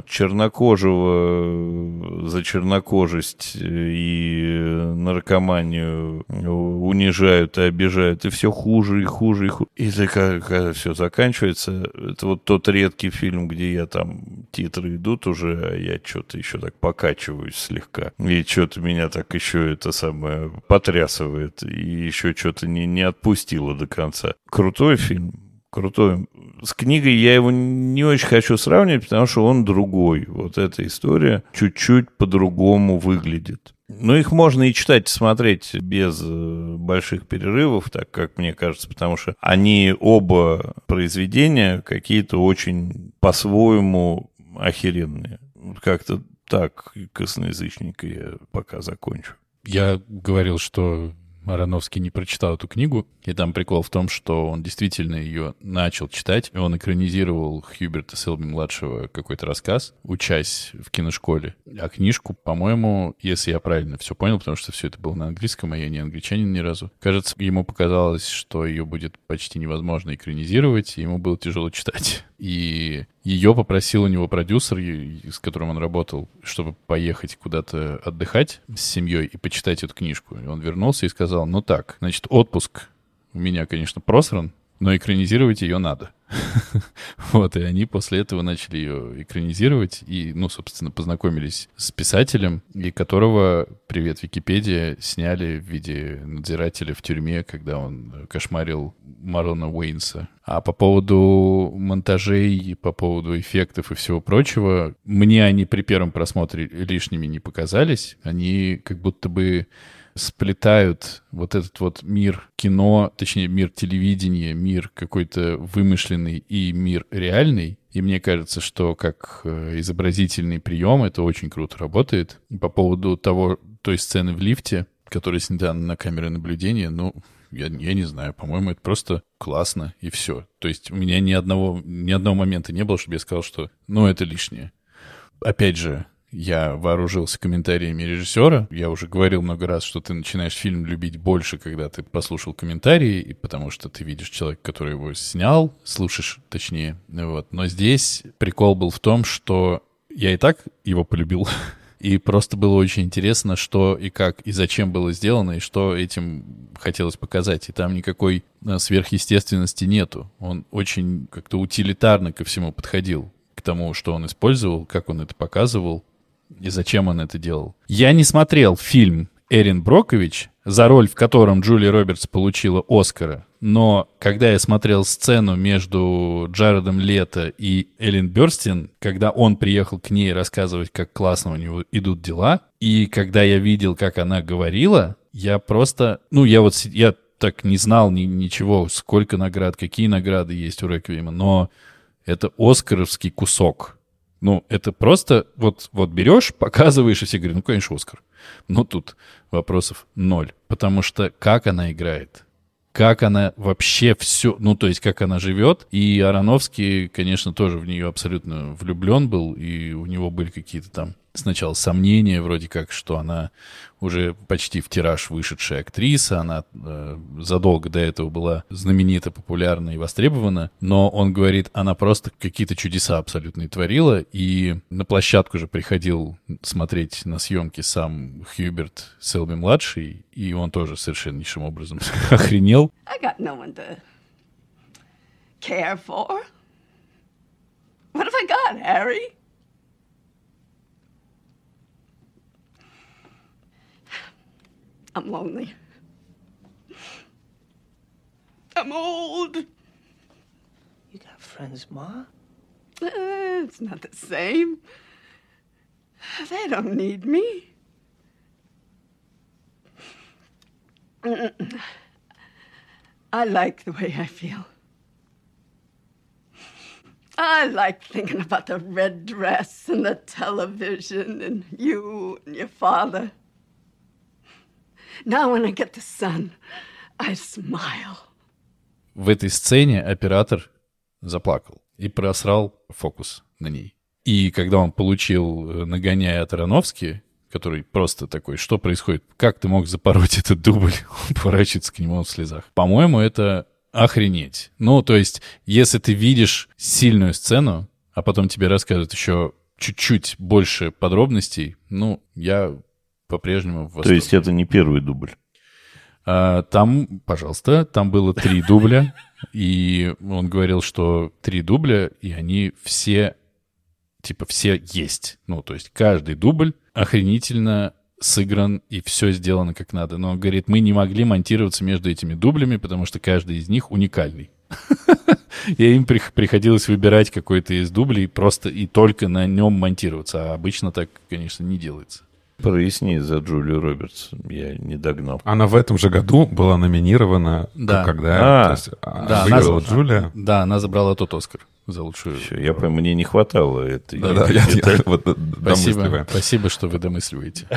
Чернокожего за чернокожесть и наркоманию унижают и обижают, и все хуже и хуже и хуже. И когда, когда все заканчивается, это вот тот редкий фильм, где я там, титры идут уже, а я что-то еще так покачиваюсь слегка. И что-то меня так еще это самое потрясывает. И еще что-то не, не отпустило до конца. Крутой фильм. Крутой. С книгой я его не очень хочу сравнивать, потому что он другой. Вот эта история чуть-чуть по-другому выглядит. Но их можно и читать, и смотреть без больших перерывов, так как мне кажется, потому что они оба произведения какие-то очень по-своему охеренные. Как-то так, косноязычненько я пока закончу. Я говорил, что Аронофский не прочитал эту книгу. И там прикол в том, что он действительно ее начал читать. И он экранизировал Хьюберта Селби-младшего какой-то рассказ, учась в киношколе. А книжку, по-моему, если я правильно все понял, потому что все это было на английском, а я не англичанин ни разу. Кажется, ему показалось, что ее будет почти невозможно экранизировать, и ему было тяжело читать. И ее попросил у него продюсер, с которым он работал, чтобы поехать куда-то отдыхать с семьей и почитать эту книжку. И он вернулся и сказал: ну так, значит, отпуск у меня, конечно, просран, но экранизировать ее надо. Вот, и они после этого начали ее экранизировать и, ну, собственно, познакомились с писателем, и которого, привет, Википедия, сняли в виде надзирателя в тюрьме, когда он кошмарил Марлона Уэйнса. А по поводу монтажей, по поводу эффектов и всего прочего, мне они при первом просмотре лишними не показались. Они как будто бы сплетают вот этот вот мир кино, точнее, мир телевидения, мир какой-то вымышленный и мир реальный. И мне кажется, что как изобразительный прием это очень круто работает. По поводу того, той сцены в лифте, которая снята на камеры наблюдения, ну, я, я не знаю, по-моему, это просто классно, и все. То есть у меня ни одного, ни одного момента не было, чтобы я сказал, что, ну, это лишнее. Опять же, я вооружился комментариями режиссера. Я уже говорил много раз, что ты начинаешь фильм любить больше, когда ты послушал комментарии, и потому что ты видишь человека, который его снял, слушаешь, точнее. Вот. Но здесь прикол был в том, что я и так его полюбил. И просто было очень интересно, что и как, и зачем было сделано, и что этим хотелось показать. И там никакой сверхъестественности нету. Он очень как-то утилитарно ко всему подходил, к тому, что он использовал, как он это показывал, и зачем он это делал. Я не смотрел фильм «Эрин Брокович», за роль в котором Джулия Робертс получила Оскара, но когда я смотрел сцену между Джаредом Лето и Эллен Бёрстин, когда он приехал к ней рассказывать, как классно у него идут дела, и когда я видел, как она говорила, я просто... Ну, я вот... Я так не знал ни, ничего, сколько наград, какие награды есть у Реквиема, но это оскаровский кусок. Ну, это просто вот, вот берешь, показываешь, и все говорят: ну, конечно, Оскар. Но тут вопросов ноль. Потому что как она играет, как она вообще все, ну, то есть как она живет. И Аронофский, конечно, тоже в нее абсолютно влюблен был, и у него были какие-то там сначала сомнения, вроде как, что она уже почти в тираж вышедшая актриса, она э, задолго до этого была знаменита, популярна и востребована, но он говорит, она просто какие-то чудеса абсолютные творила, и на площадку же приходил смотреть на съемки сам Хьюберт Селби-младший, и он тоже совершеннейшим образом охренел. I got no one to care for. What have I got, Harry? I'm lonely. I'm old. You got friends, Ma? Uh, it's not the same. They don't need me. I like the way I feel. I like thinking about the red dress and the television and you and your father. Now when I get the sun, I smile. В этой сцене оператор заплакал и просрал фокус на ней. И когда он получил нагоняя от Аронофски, который просто такой: что происходит? Как ты мог запороть этот дубль? Он поворачивается к нему в слезах. По-моему, это охренеть. Ну, то есть, если ты видишь сильную сцену, а потом тебе рассказывают еще чуть-чуть больше подробностей, ну, я по-прежнему в восторге. То есть это не первый дубль? А, там, пожалуйста, там было три дубля, и он говорил, что три дубля, и они все, типа, все есть. Ну, то есть каждый дубль охренительно сыгран, и все сделано как надо. Но он говорит, мы не могли монтироваться между этими дублями, потому что каждый из них уникальный. И им приходилось выбирать какой-то из дублей просто и только на нем монтироваться. А обычно так, конечно, не делается. Проясни за Джулию Робертс, я не догнал. Она в этом же году была номинирована, да. когда А, то есть, да, выиграла она, Джулия. Да, она забрала тот Оскар за лучшую. Все, я понимаю, мне не хватало этой. Да, да, я, я, вот, спасибо, спасибо, что вы домысливаете.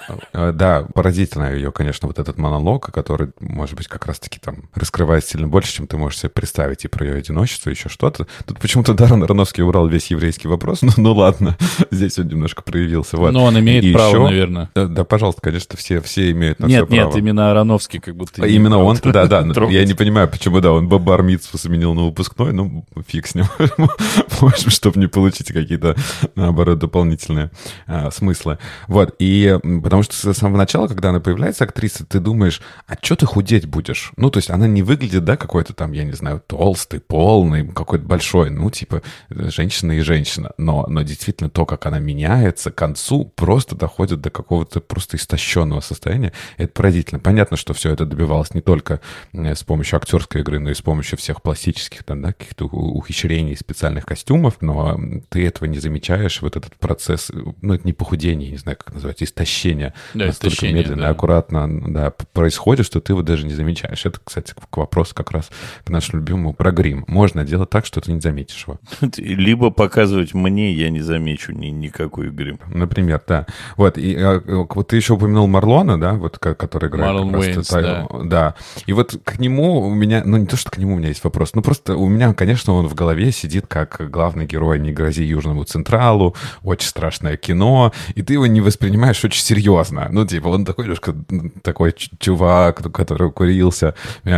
Да, поразительно ее, конечно, вот этот монолог, который, может быть, как раз-таки там раскрывает сильно больше, чем ты можешь себе представить, и про ее одиночество, еще что-то. Тут почему-то Даррен Аронофски убрал весь еврейский вопрос, ну, ну ладно, здесь он немножко проявился. Вот. Но он имеет и право, еще... наверное. Да, да, пожалуйста, конечно, все, все имеют на нет, все право. Нет, именно Аронофский как будто... Именно он, да, да. Я не понимаю, почему, да, он бар-мицву заменил на выпускной, ну, фиг с ним. Может, чтобы не получить какие-то, наоборот, дополнительные а, смыслы. Вот, и потому что с самого начала, когда она появляется, актриса, ты думаешь, а что ты худеть будешь? Ну, то есть она не выглядит, да, какой-то там, я не знаю, толстый, полный, какой-то большой, ну, типа, женщина и женщина. Но, но действительно то, как она меняется к концу, просто доходит до какого-то просто истощенного состояния. Это поразительно. Понятно, что все это добивалось не только с помощью актерской игры, но и с помощью всех пластических, там, да, каких-то ухищрений, специальных костюмов, но ты этого не замечаешь, вот этот процесс, ну, это не похудение, не знаю, как называется, истощение, да, настолько истощение, медленно да. и аккуратно, да, происходит, что ты его даже не замечаешь. Это, кстати, к вопросу как раз к нашему любимому про грим. Можно делать так, что ты не заметишь его. Либо показывать мне, я не замечу ни, никакой грим. Например, да. Вот, и вот ты еще упомянул Марлона, да, вот, который играет... Марлон Уэйнс, да. Да. И вот к нему у меня, ну, не то, что к нему у меня есть вопрос, ну, просто у меня, конечно, он в голове сидит как главный герой «Не грози Южному Централу», очень страшное кино, и ты его не воспринимаешь очень серьезно. Ну, типа, он такой немножко такой чувак, который курился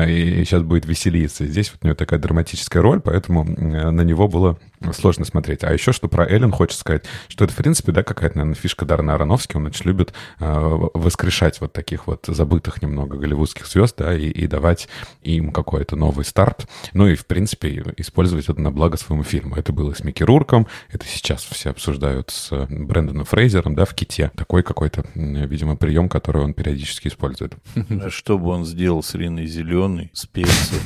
и сейчас будет веселиться. И здесь вот у него такая драматическая роль, поэтому на него было сложно смотреть. А еще, что про Эллен хочется сказать, что это, в принципе, да, какая-то, наверное, фишка Даррена Аронофски. Он очень любит э, воскрешать вот таких вот забытых немного голливудских звезд, да, и, и давать им какой-то новый старт. Ну и, в принципе, использовать это на благо своему фильму. Это было с Микки Рурком, это сейчас все обсуждают с Брэндоном Фрейзером, да, в «Ките». Такой какой-то, видимо, прием, который он периодически использует. А что бы он сделал с Риной Зеленой, Спенсер?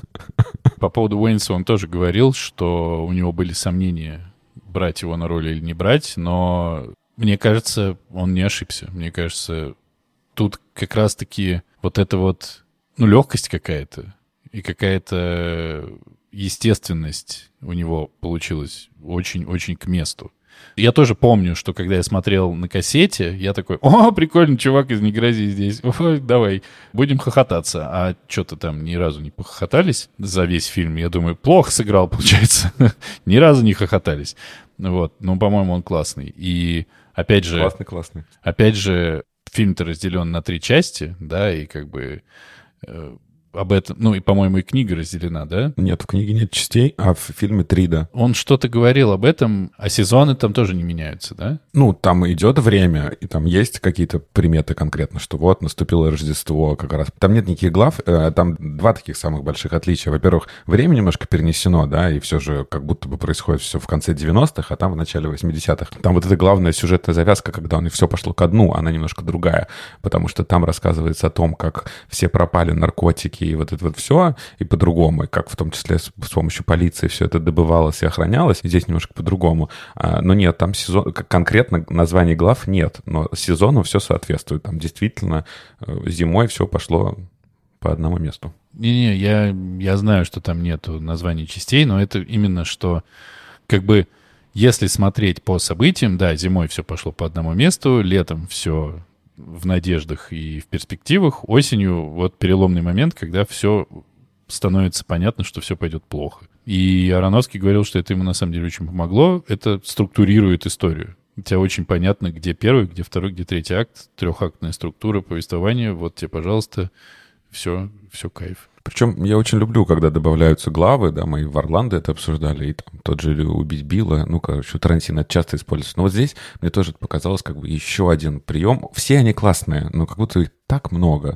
По поводу Уэйнса он тоже говорил, что у него были сомнения, брать его на роль или не брать, но мне кажется, он не ошибся. Мне кажется, тут как раз-таки вот эта вот, ну, легкость какая-то и какая-то естественность у него получилась очень-очень к месту. Я тоже помню, что когда я смотрел на кассете, я такой: о, прикольно, чувак из «Не грози» здесь, ой, давай, будем хохотаться. А что-то там ни разу не похохотались за весь фильм. Я думаю, плохо сыграл, получается. Ни разу не хохотались. Вот, ну, по-моему, он классный. И опять же... Классный, классный. Опять же, фильм-то разделен на три части, да, и как бы... Э, об этом, ну и, по-моему, и книга разделена, да? Нет, в книге нет частей, а в фильме три, да. Он что-то говорил об этом, а сезоны там тоже не меняются, да? Ну, там идет время, и там есть какие-то приметы конкретно, что вот наступило Рождество как раз. Там нет никаких глав, там два таких самых больших отличия. Во-первых, время немножко перенесено, да, и все же как будто бы происходит все в конце девяностых, а там в начале восьмидесятых. Там вот эта главная сюжетная завязка, когда у них все пошло ко дну, она немножко другая, потому что там рассказывается о том, как все пропали наркотики, и вот это вот все, и по-другому, и как в том числе с, с помощью полиции все это добывалось и охранялось, и здесь немножко по-другому. А, но нет, там сезон, конкретно названий глав нет, но сезону все соответствует. Там действительно зимой все пошло по одному месту. Не-не, я, я знаю, что там нету названий частей, но это именно что, как бы, если смотреть по событиям, да, зимой все пошло по одному месту, летом все в надеждах и в перспективах, осенью вот переломный момент, когда все становится понятно, что все пойдет плохо. И Аронофский говорил, что это ему на самом деле очень помогло. Это структурирует историю. У тебя очень понятно, где первый, где второй, где третий акт, трехактная структура повествования. Вот тебе, пожалуйста, все, все кайф. Причем я очень люблю, когда добавляются главы, да, мы и в «Орландо» это обсуждали, и там тот же «Убить Билла», ну, короче, Тарантино это часто используется. Но вот здесь мне тоже показалось как бы еще один прием. Все они классные, но как будто их так много.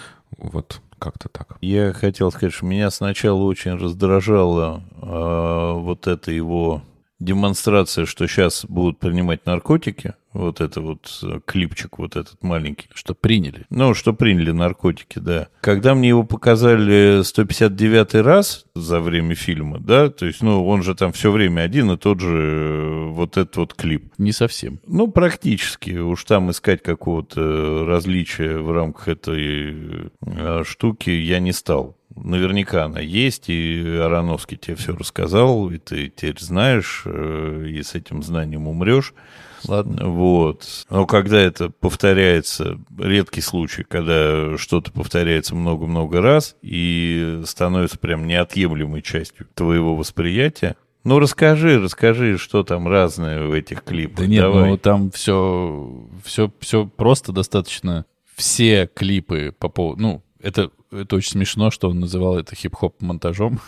Вот как-то так. Я хотел сказать, что меня сначала очень раздражала э, вот эта его демонстрация, что сейчас будут принимать наркотики. Вот это вот клипчик вот этот маленький. Что приняли. Ну, что приняли наркотики, да. Когда мне его показали сто пятьдесят девятый раз за время фильма, да, то есть, ну, он же там все время один и тот же вот этот вот клип. Не совсем. Ну, практически. Уж там искать какого-то различия в рамках этой штуки я не стал. наверняка она есть, и Аронофский тебе все рассказал, и ты теперь знаешь, и с этим знанием умрешь. Ладно. Вот. Но когда это повторяется, редкий случай, когда что-то повторяется много-много раз и становится прям неотъемлемой частью твоего восприятия. Ну, расскажи, расскажи, что там разное в этих клипах. Да нет, Давай. ну там все, все, все просто достаточно. Все клипы по поводу... Ну, это, это очень смешно, что он называл это хип-хоп-монтажом.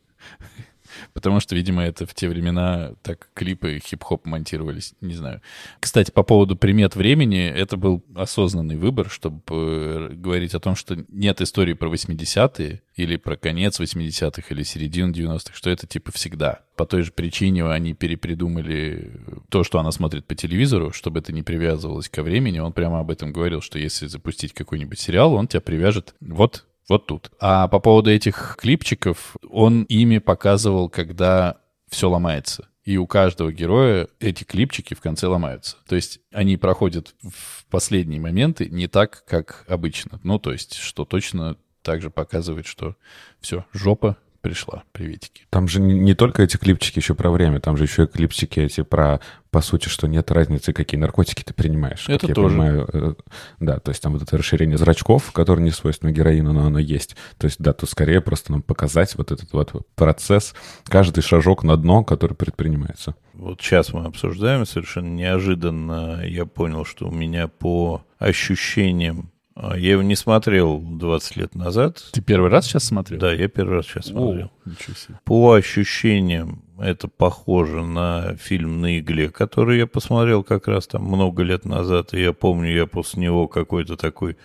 Потому что, видимо, это в те времена так клипы хип-хоп монтировались, не знаю. Кстати, по поводу примет времени, это был осознанный выбор, чтобы говорить о том, что нет истории про восьмидесятые или про конец восьмидесятых или середину девяностых, что это типа всегда. По той же причине они перепридумали то, что она смотрит по телевизору, чтобы это не привязывалось ко времени. Он прямо об этом говорил, что если запустить какой-нибудь сериал, он тебя привяжет вот... Вот тут. А по поводу этих клипчиков, он ими показывал, когда все ломается. И у каждого героя эти клипчики в конце ломаются. То есть они проходят в последние моменты не так, как обычно. Ну, то есть, что точно так же показывает, что все, жопа пришла, приветики. Там же не, не только эти клипчики еще про время, там же еще и клипчики эти про, по сути, что нет разницы, какие наркотики ты принимаешь. Это как тоже. Я понимаю, э, да, то есть там вот это расширение зрачков, которое не свойственно героину, но оно есть. То есть, да, тут скорее просто нам показать вот этот вот процесс, каждый шажок на дно, который предпринимается. Вот сейчас мы обсуждаем, совершенно неожиданно я понял, что у меня по ощущениям, я его не смотрел двадцать лет назад. Ты первый раз сейчас смотрел? Да, я первый раз сейчас смотрел. О, ничего себе. По ощущениям, это похоже на фильм «На игле», который я посмотрел как раз там много лет назад, и я помню, я после него какой-то такой...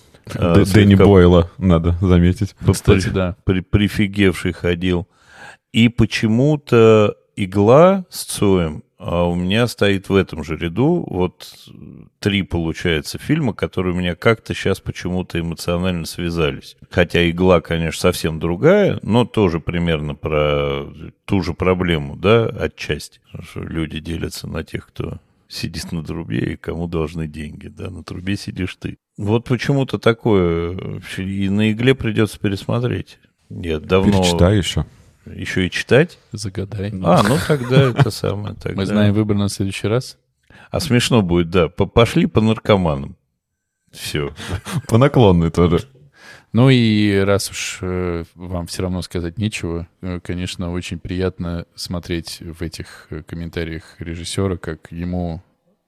Д- Дэнни Бойла, надо заметить. Кстати, при, да. При, прифигевший ходил. И почему-то «Игла» с Цоем а у меня стоит в этом же ряду. Вот три, получается, фильма, которые у меня как-то сейчас почему-то эмоционально связались. Хотя «Игла», конечно, совсем другая, но тоже примерно про ту же проблему, да, отчасти. Что люди делятся на тех, кто сидит на трубе и кому должны деньги, да, на трубе сидишь ты. Вот почему-то такое. И «На игле» придется пересмотреть. Я давно... Перечитай еще. Еще и читать? Загадай. А, ну тогда это самое. Тогда. Мы знаем выбор на следующий раз. А смешно будет, да. Пошли по наркоманам. Все. По наклонной тоже. Ну и раз уж э, вам все равно сказать нечего, э, конечно, очень приятно смотреть в этих э, комментариях режиссера, как ему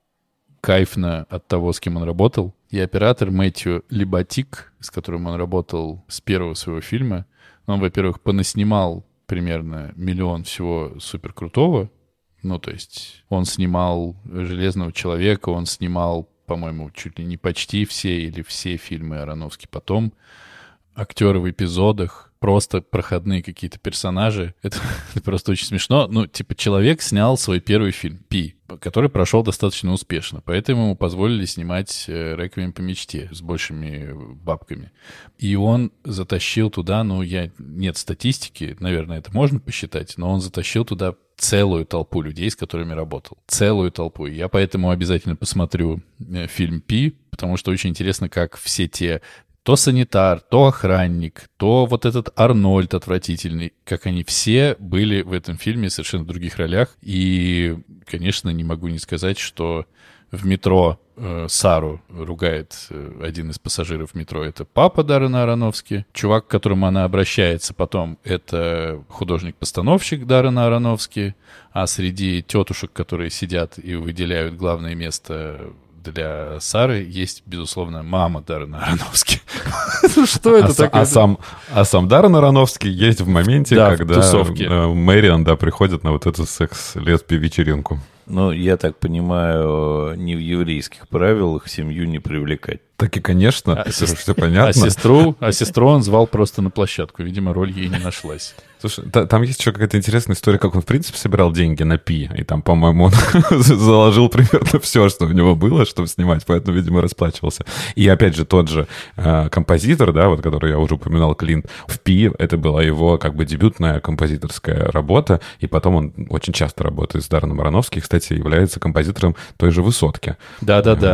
кайфно от того, с кем он работал. И оператор Мэтью Либатик, с которым он работал с первого своего фильма, он, во-первых, понаснимал примерно миллион всего суперкрутого. Ну, то есть он снимал «Железного человека», он снимал, по-моему, чуть ли не почти все или все фильмы Аронофски. Потом актеры в эпизодах, просто проходные какие-то персонажи. Это, это просто очень смешно. Ну, типа, человек снял свой первый фильм «Пи», который прошел достаточно успешно. Поэтому ему позволили снимать «Реквием по мечте» с большими бабками. И он затащил туда, ну, я нет статистики, наверное, это можно посчитать, но он затащил туда целую толпу людей, с которыми работал. Целую толпу. И я поэтому обязательно посмотрю фильм «Пи», потому что очень интересно, как все те... То санитар, то охранник, то вот этот Арнольд отвратительный, как они все были в этом фильме совершенно в других ролях. И, конечно, не могу не сказать, что в метро э, Сару ругает э, один из пассажиров метро. Это папа Даррена Аронофски. Чувак, к которому она обращается потом, это художник-постановщик Даррена Аронофски. А среди тетушек, которые сидят и выделяют главное место для Сары, есть, безусловно, мама Даррена Аронофски. Ну что это такое? А сам Даррен Аронофский есть в моменте, когда Мэриан, да, приходит на вот эту секс-лесби-вечеринку. Ну, я так понимаю, не в еврейских правилах семью не привлекать. Так и, конечно, а это се... же все понятно. А сестру, а сестру он звал просто на площадку. Видимо, роль ей не нашлась. Слушай, та, там есть еще какая-то интересная история, как он, в принципе, собирал деньги на Пи. И там, по-моему, он заложил примерно все, что у него было, чтобы снимать, поэтому, видимо, расплачивался. И, опять же, тот же э, композитор, да, вот, который я уже упоминал, Клинт, в Пи, это была его, как бы, дебютная композиторская работа, и потом он очень часто работает с Дарреном Аронофски, кстати, является композитором той же «Высотки». Да-да-да.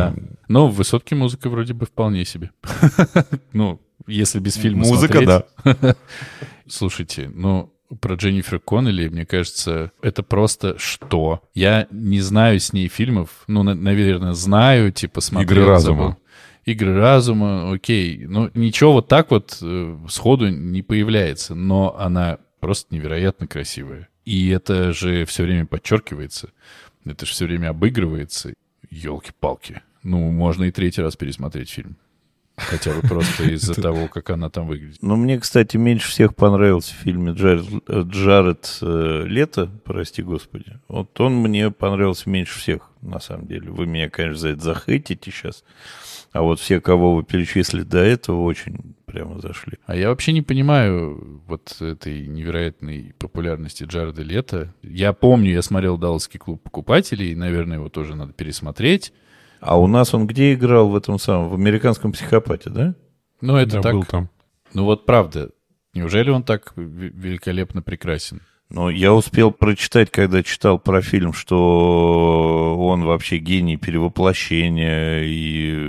Но в «Высотке» музыка вроде бы вполне себе. Ну, если без фильма Музыка, смотреть. да. Слушайте, ну, про Дженнифер Коннелли, мне кажется, это просто что? Я не знаю с ней фильмов. Ну, на- наверное, знаю, типа, смотрел. «Игры разума». забыл. «Игры разума», окей. Ну, ничего вот так вот э, сходу не появляется. Но она просто невероятно красивая. И это же все время подчеркивается. Это же все время обыгрывается. Ёлки-палки. Ну, можно и третий раз пересмотреть фильм. Хотя бы просто из-за того, как она там выглядит. Ну, мне, кстати, меньше всех понравился в фильме Джаред, Джаред э, «Лето», прости господи. Вот он мне понравился меньше всех, на самом деле. Вы меня, конечно, за это захейтите сейчас. А вот все, кого вы перечислили до этого, очень прямо зашли. А я вообще не понимаю вот этой невероятной популярности Джареда Лето. Я помню, я смотрел «Далласский клуб покупателей», и, наверное, его тоже надо пересмотреть. А у нас он где играл в этом самом, в «Американском психопате», да? Ну, это Да, так. был там. Ну, вот правда. Неужели он так в- великолепно прекрасен? Но я успел прочитать, когда читал про фильм, что он вообще гений перевоплощения, и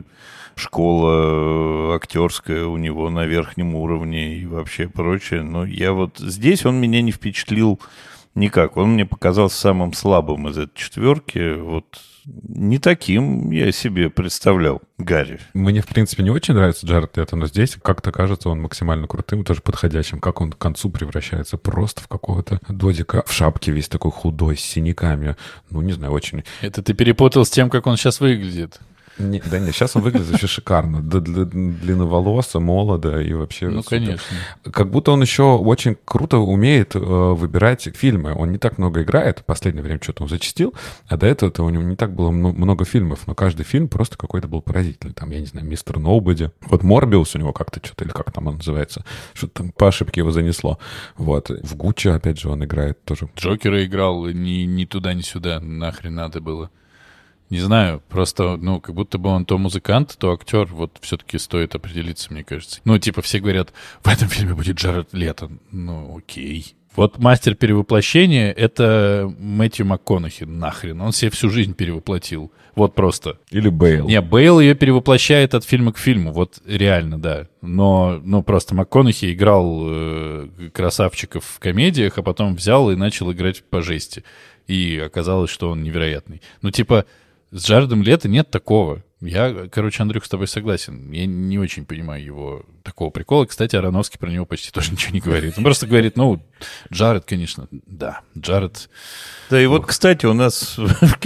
школа актерская у него на верхнем уровне и вообще прочее. Но я вот здесь он меня не впечатлил никак. Он мне показался самым слабым из этой четверки. Вот не таким я себе представлял Гарри. Мне, в принципе, не очень нравится Джаред Лето, но здесь как-то кажется он максимально крутым, тоже подходящим. Как он к концу превращается просто в какого-то додика. В шапке весь такой худой, с синяками. Ну, не знаю, очень... Это ты перепутал с тем, как он сейчас выглядит. Не, да нет, сейчас он выглядит вообще шикарно. Д- д- Длинноволосо, молодо и вообще... Ну, супер. конечно. Как будто он еще очень круто умеет э, выбирать фильмы. Он не так много играет. В последнее время что-то он зачастил. А до этого у него не так было мно- много фильмов. Но каждый фильм просто какой-то был поразительный. Там, я не знаю, «Мистер Ноубоди». Вот «Морбиус» у него как-то что-то, или как там он называется. Что-то там по ошибке его занесло. Вот. В «Гуччи», опять же, он играет тоже. Джокера играл ни, ни туда, ни сюда. Нахрен надо было. Не знаю, просто, ну, как будто бы он то музыкант, то актер. Вот все-таки стоит определиться, мне кажется. Ну, типа, все говорят, в этом фильме будет Джаред Лето. Ну, окей. Вот «Мастер перевоплощения» — это Мэтью МакКонахи, нахрен. Он себе всю жизнь перевоплотил. Вот просто. Или Бейл. Не, Бейл ее перевоплощает от фильма к фильму. Вот реально, да. Но, ну, просто МакКонахи играл э, красавчиков в комедиях, а потом взял и начал играть по жести. И оказалось, что он невероятный. Ну, типа... С Джаредом Лето нет такого. Я, короче, Андрюх, с тобой согласен. Я не очень понимаю его такого прикола. Кстати, Аронофский про него почти тоже ничего не говорит. Он просто говорит, ну, Джаред, конечно, да, Джаред... Да, и вот, кстати, у нас,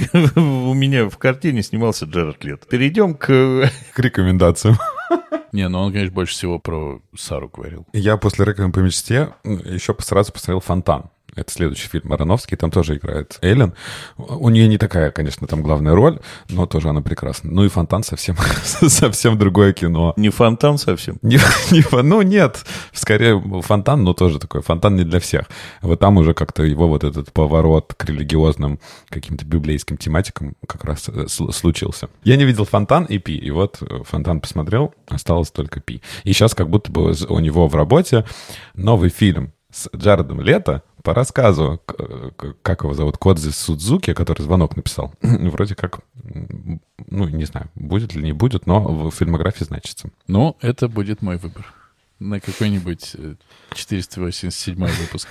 у меня в картине снимался Джаред Лето. Перейдем к... К рекомендациям. Не, ну он, конечно, больше всего про Сару говорил. Я после «Реквиема по мечте» еще сразу посмотрел «Фонтан». Это следующий фильм Аронофский, там тоже играет Эллен. У нее не такая, конечно, там главная роль, но тоже она прекрасна. Ну и «Фонтан» совсем, совсем другое кино. Не фонтан совсем. Не, не, ну нет, скорее «Фонтан», но тоже такой «Фонтан» не для всех. Вот там уже как-то его вот этот поворот к религиозным каким-то библейским тематикам как раз случился. Я не видел «Фонтан» и «Пи», и вот «Фонтан» посмотрел, осталось только «Пи». И сейчас как будто бы у него в работе новый фильм с Джаредом Лето по рассказу, как его зовут, Кодзи Судзуки, который «Звонок» написал. Вроде как, ну, не знаю, будет ли не будет, но в фильмографии значится. Ну, это будет мой выбор. На какой-нибудь четыреста восемьдесят седьмой выпуск.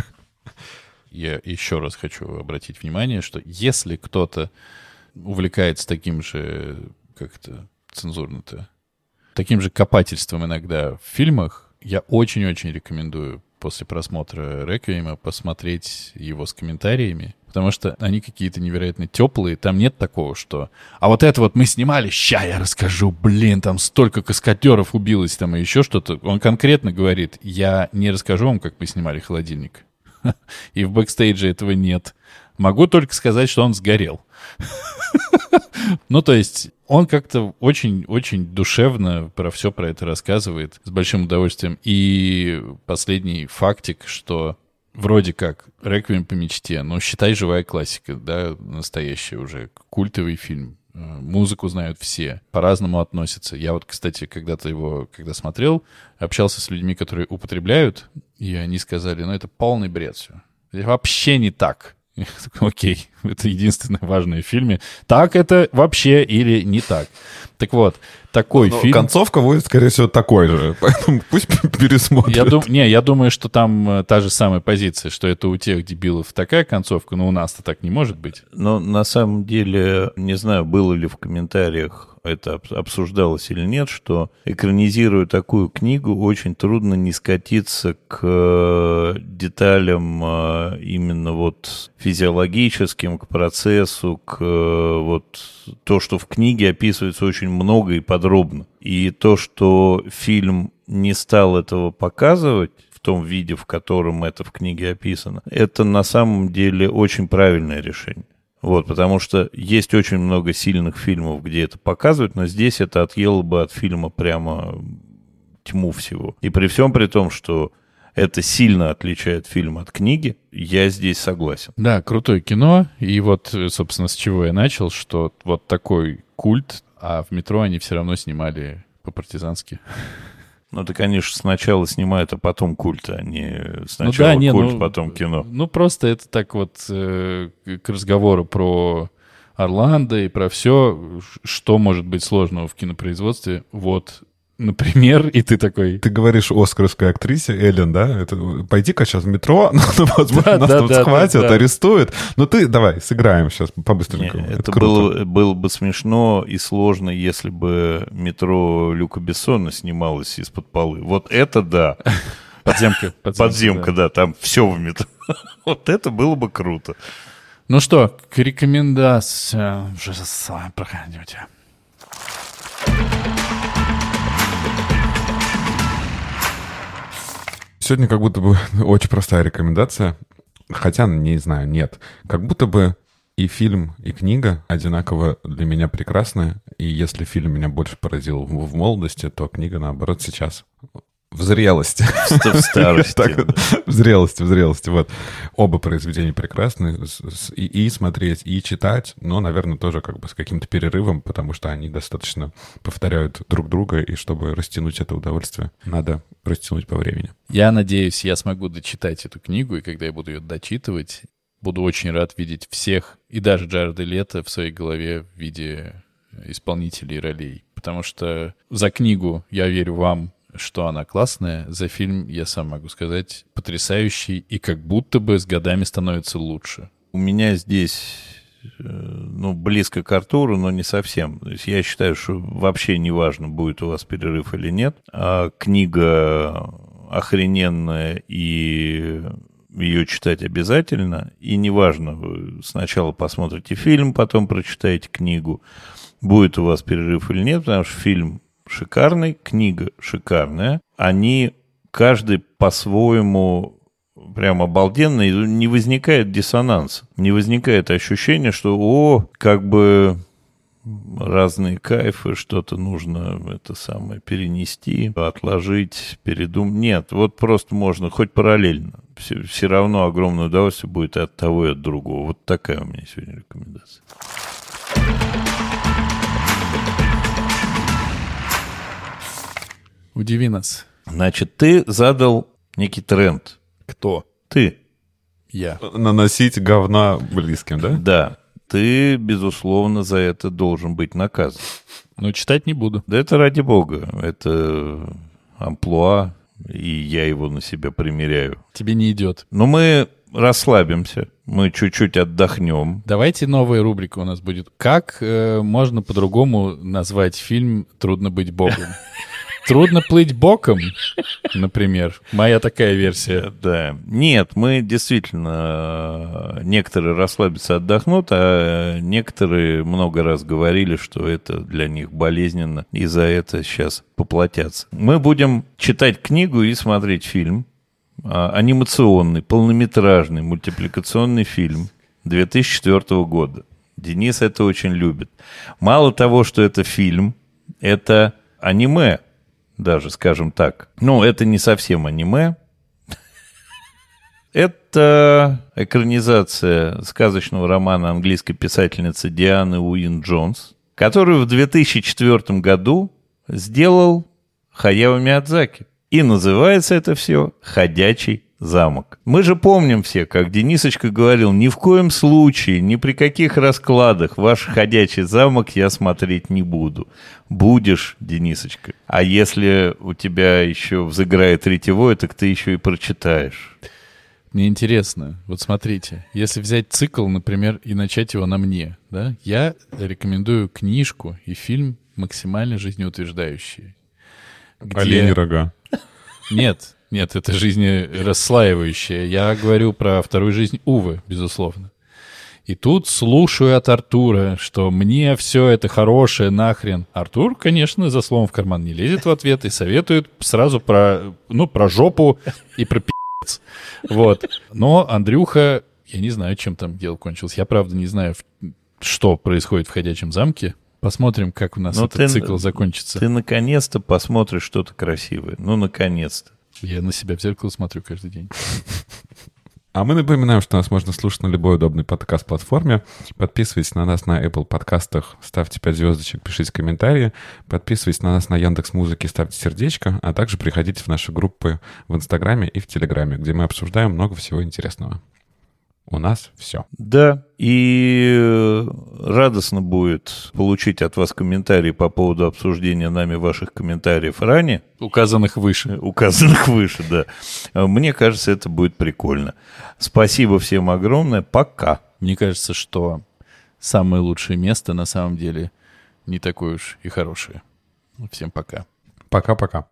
Я еще раз хочу обратить внимание, что если кто-то увлекается таким же, как это цензурно-то, таким же копательством иногда в фильмах, я очень-очень рекомендую после просмотра «Реквиема» посмотреть его с комментариями, потому что они какие-то невероятно теплые. Там нет такого, что... А вот это вот мы снимали, ща я расскажу, блин, там столько каскадеров убилось, там и еще что-то. Он конкретно говорит, я не расскажу вам, как мы снимали «Холодильник». И в бэкстейдже этого нет. Могу только сказать, что он сгорел. Ну, то есть, он как-то очень-очень душевно про все про это рассказывает, с большим удовольствием. И последний фактик, что вроде как «Реквием по мечте», ну, считай, живая классика, да, настоящая уже, культовый фильм. Музыку знают все, по-разному относятся. Я вот, кстати, когда-то его, когда смотрел, общался с людьми, которые употребляют, и они сказали, ну, это полный бред все. Это вообще не так. Окей, это единственное важное в фильме. Так это вообще или не так? Так вот, такой Но фильм... концовка будет, скорее всего, такой же, поэтому пусть пересмотрят. Я дум... Не, я думаю, что там та же самая позиция, что это у тех дебилов такая концовка, но у нас-то так не может быть. Но на самом деле, не знаю, было ли в комментариях это обсуждалось или нет, что, экранизируя такую книгу, очень трудно не скатиться к деталям именно вот физиологическим, к процессу, к вот то, что в книге описывается очень много и подробно. И то, что фильм не стал этого показывать в том виде, в котором это в книге описано, это на самом деле очень правильное решение. Вот, потому что есть очень много сильных фильмов, где это показывают, но здесь это отъело бы от фильма прямо тьму всего. И при всем при том, что это сильно отличает фильм от книги, я здесь согласен. Да, крутое кино. И вот, собственно, с чего я начал, что вот такой культ, а в метро они все равно снимали по-партизански. Ну, это, конечно, сначала снимают, а потом культ, а не сначала ну, да, не, культ, ну, потом кино. Ну, просто это так вот э, к разговору про Орландо и про все, что может быть сложного в кинопроизводстве. Вот, например, и ты такой... Ты говоришь оскаровской актрисе Эллен, да? Это, пойди-ка сейчас в метро, возможно, да, нас да, тут да, схватят, да, да. арестуют. Ну ты давай, сыграем сейчас по-быстренькому. Не, это это круто. было, было бы смешно и сложно, если бы метро Люка Бессона снималось из-под полы. Вот это да. Подземка. Подземка, Подземка, да. да, там все в метро. Вот это было бы круто. Ну что, к рекомендациям уже с вами проходите. Сегодня как будто бы очень простая рекомендация. Хотя, не знаю, нет. Как будто бы и фильм, и книга одинаково для меня прекрасны. И если фильм меня больше поразил в, в молодости, то книга, наоборот, сейчас в зрелости. В старости. Так вот, в зрелости, в зрелости. Вот. Оба произведения прекрасны. С- с- И, и смотреть, и читать. Но, наверное, тоже как бы с каким-то перерывом, потому что они достаточно повторяют друг друга. И чтобы растянуть это удовольствие, надо растянуть по времени. Я надеюсь, я смогу дочитать эту книгу, и когда я буду ее дочитывать, буду очень рад видеть всех, и даже Джареда Лето в своей голове в виде исполнителей ролей. Потому что за книгу я верю вам, что она классная, за фильм, я сам могу сказать, потрясающий, и как будто бы с годами становится лучше. У меня здесь, ну, близко к Артуру, но не совсем. То есть я считаю, что вообще не важно, будет у вас перерыв или нет. А книга охрененная, и ее читать обязательно. И неважно, вы сначала посмотрите фильм, потом прочитаете книгу, будет у вас перерыв или нет, потому что фильм шикарный, книга шикарная. Они каждый по-своему прям обалденный, не возникает диссонанса, не возникает ощущения, что, о, как бы разные кайфы, что-то нужно это самое перенести, отложить, передумать. Нет, вот просто можно хоть параллельно. Все, все равно огромное удовольствие будет и от того, и от другого. Вот такая у меня сегодня рекомендация. Удиви нас. Значит, ты задал некий тренд. Кто? Ты. Я. Наносить говна близким, да? Да. Ты, безусловно, за это должен быть наказан. Но читать не буду. Да это ради бога. Это амплуа, и я его на себя примеряю. Тебе не идет. Но мы расслабимся, мы чуть-чуть отдохнем. Давайте новая рубрика у нас будет. Как э, можно по-другому назвать фильм «Трудно быть богом»? «Трудно плыть боком», например. Моя такая версия. Да. Нет, мы действительно, некоторые расслабятся, отдохнут, а некоторые много раз говорили, что это для них болезненно, и за это сейчас поплатятся. Мы будем читать книгу и смотреть фильм. Анимационный, полнометражный, мультипликационный фильм две тысячи четвёртого года. Денис это очень любит. Мало того, что это фильм, это аниме. Даже, скажем так. Ну, это не совсем аниме. Это экранизация сказочного романа английской писательницы Дианы Уин Джонс, которую в две тысячи четвёртом году сделал Хаяо Миядзаки. И называется это все «Ходячий замок. Мы же помним все, как Денисочка говорил, ни в коем случае, ни при каких раскладах ваш ходячий замок я смотреть не буду. Будешь, Денисочка. А если у тебя еще взыграет ретевой, так ты еще и прочитаешь. Мне интересно, вот смотрите, если взять цикл, например, и начать его на мне, да, я рекомендую книжку и фильм максимально жизнеутверждающие. Где... Олени рога. Нет, нет, это жизнерасслаивающее. Я говорю про вторую жизнь Увы, безусловно. И тут слушаю от Артура, что мне все это хорошее нахрен. Артур, конечно, за словом в карман не лезет в ответ и советует сразу про, ну, про жопу и про пи***ц. Вот. Но Андрюха, я не знаю, чем там дело кончилось. Я, правда, не знаю, что происходит в «Ходячем замке». Посмотрим, как у нас Но этот ты, цикл закончится. Ты наконец-то посмотришь что-то красивое. Ну, наконец-то. Я на себя в зеркало смотрю каждый день. А мы напоминаем, что нас можно слушать на любой удобной подкаст-платформе. Подписывайтесь на нас на Apple подкастах, ставьте пять звездочек, пишите комментарии. Подписывайтесь на нас на Яндекс.Музыке, ставьте сердечко, а также приходите в наши группы в Инстаграме и в Телеграме, где мы обсуждаем много всего интересного. У нас все. Да, и радостно будет получить от вас комментарии по поводу обсуждения нами ваших комментариев ранее. Указанных выше. Указанных выше, да. Мне кажется, это будет прикольно. Спасибо всем огромное. Пока. Мне кажется, что самое лучшее место на самом деле не такое уж и хорошее. Всем пока. Пока-пока.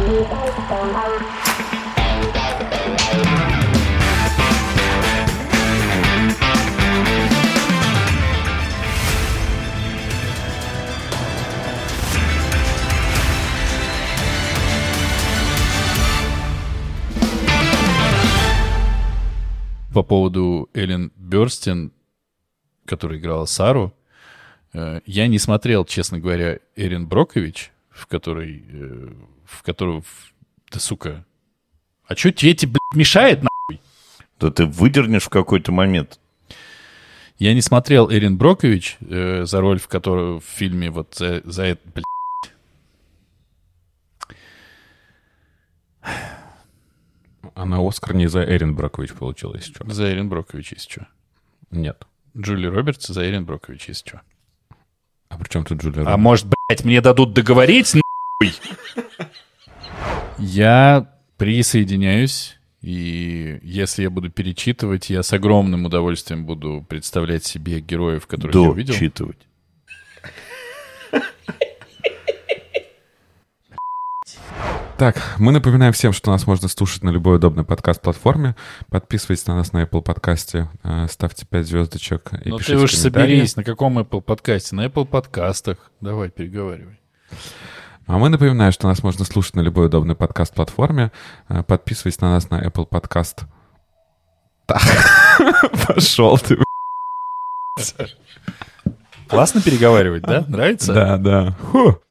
По поводу Эллен Бёрстин, которая играла Сару, э, я не смотрел, честно говоря, Эрин Брокович, в которой... Э, в которую... Да, сука. А что тебе эти, блядь, мешает, нахуй? Да ты выдернешь в какой-то момент. Я не смотрел Эрин Брокович, э, за роль, в которой в фильме вот за, за это, блядь. А на Оскар не за Эрин Брокович получила, если что. За Эрин Брокович, если что. Нет. Джули Робертс за Эрин Брокович, если что. А при чем тут Джулия Робертс? А может, блядь, мне дадут договорить, нахуй? Я присоединяюсь, и если я буду перечитывать, я с огромным удовольствием буду представлять себе героев, которых я увидел. Дочитывать. Так, мы напоминаем всем, что нас можно слушать на любой удобной подкаст-платформе. Подписывайтесь на нас на Apple подкасте, ставьте пять звездочек и ну пишите ты уж комментарии. соберись, на каком Apple подкасте? На Apple подкастах. Давай, переговаривай. А мы напоминаем, что нас можно слушать на любой удобной подкаст-платформе. Подписывайтесь на нас на Apple подкаст. Так, пошел ты. Классно переговаривать, да? Нравится? Да, да. Фу.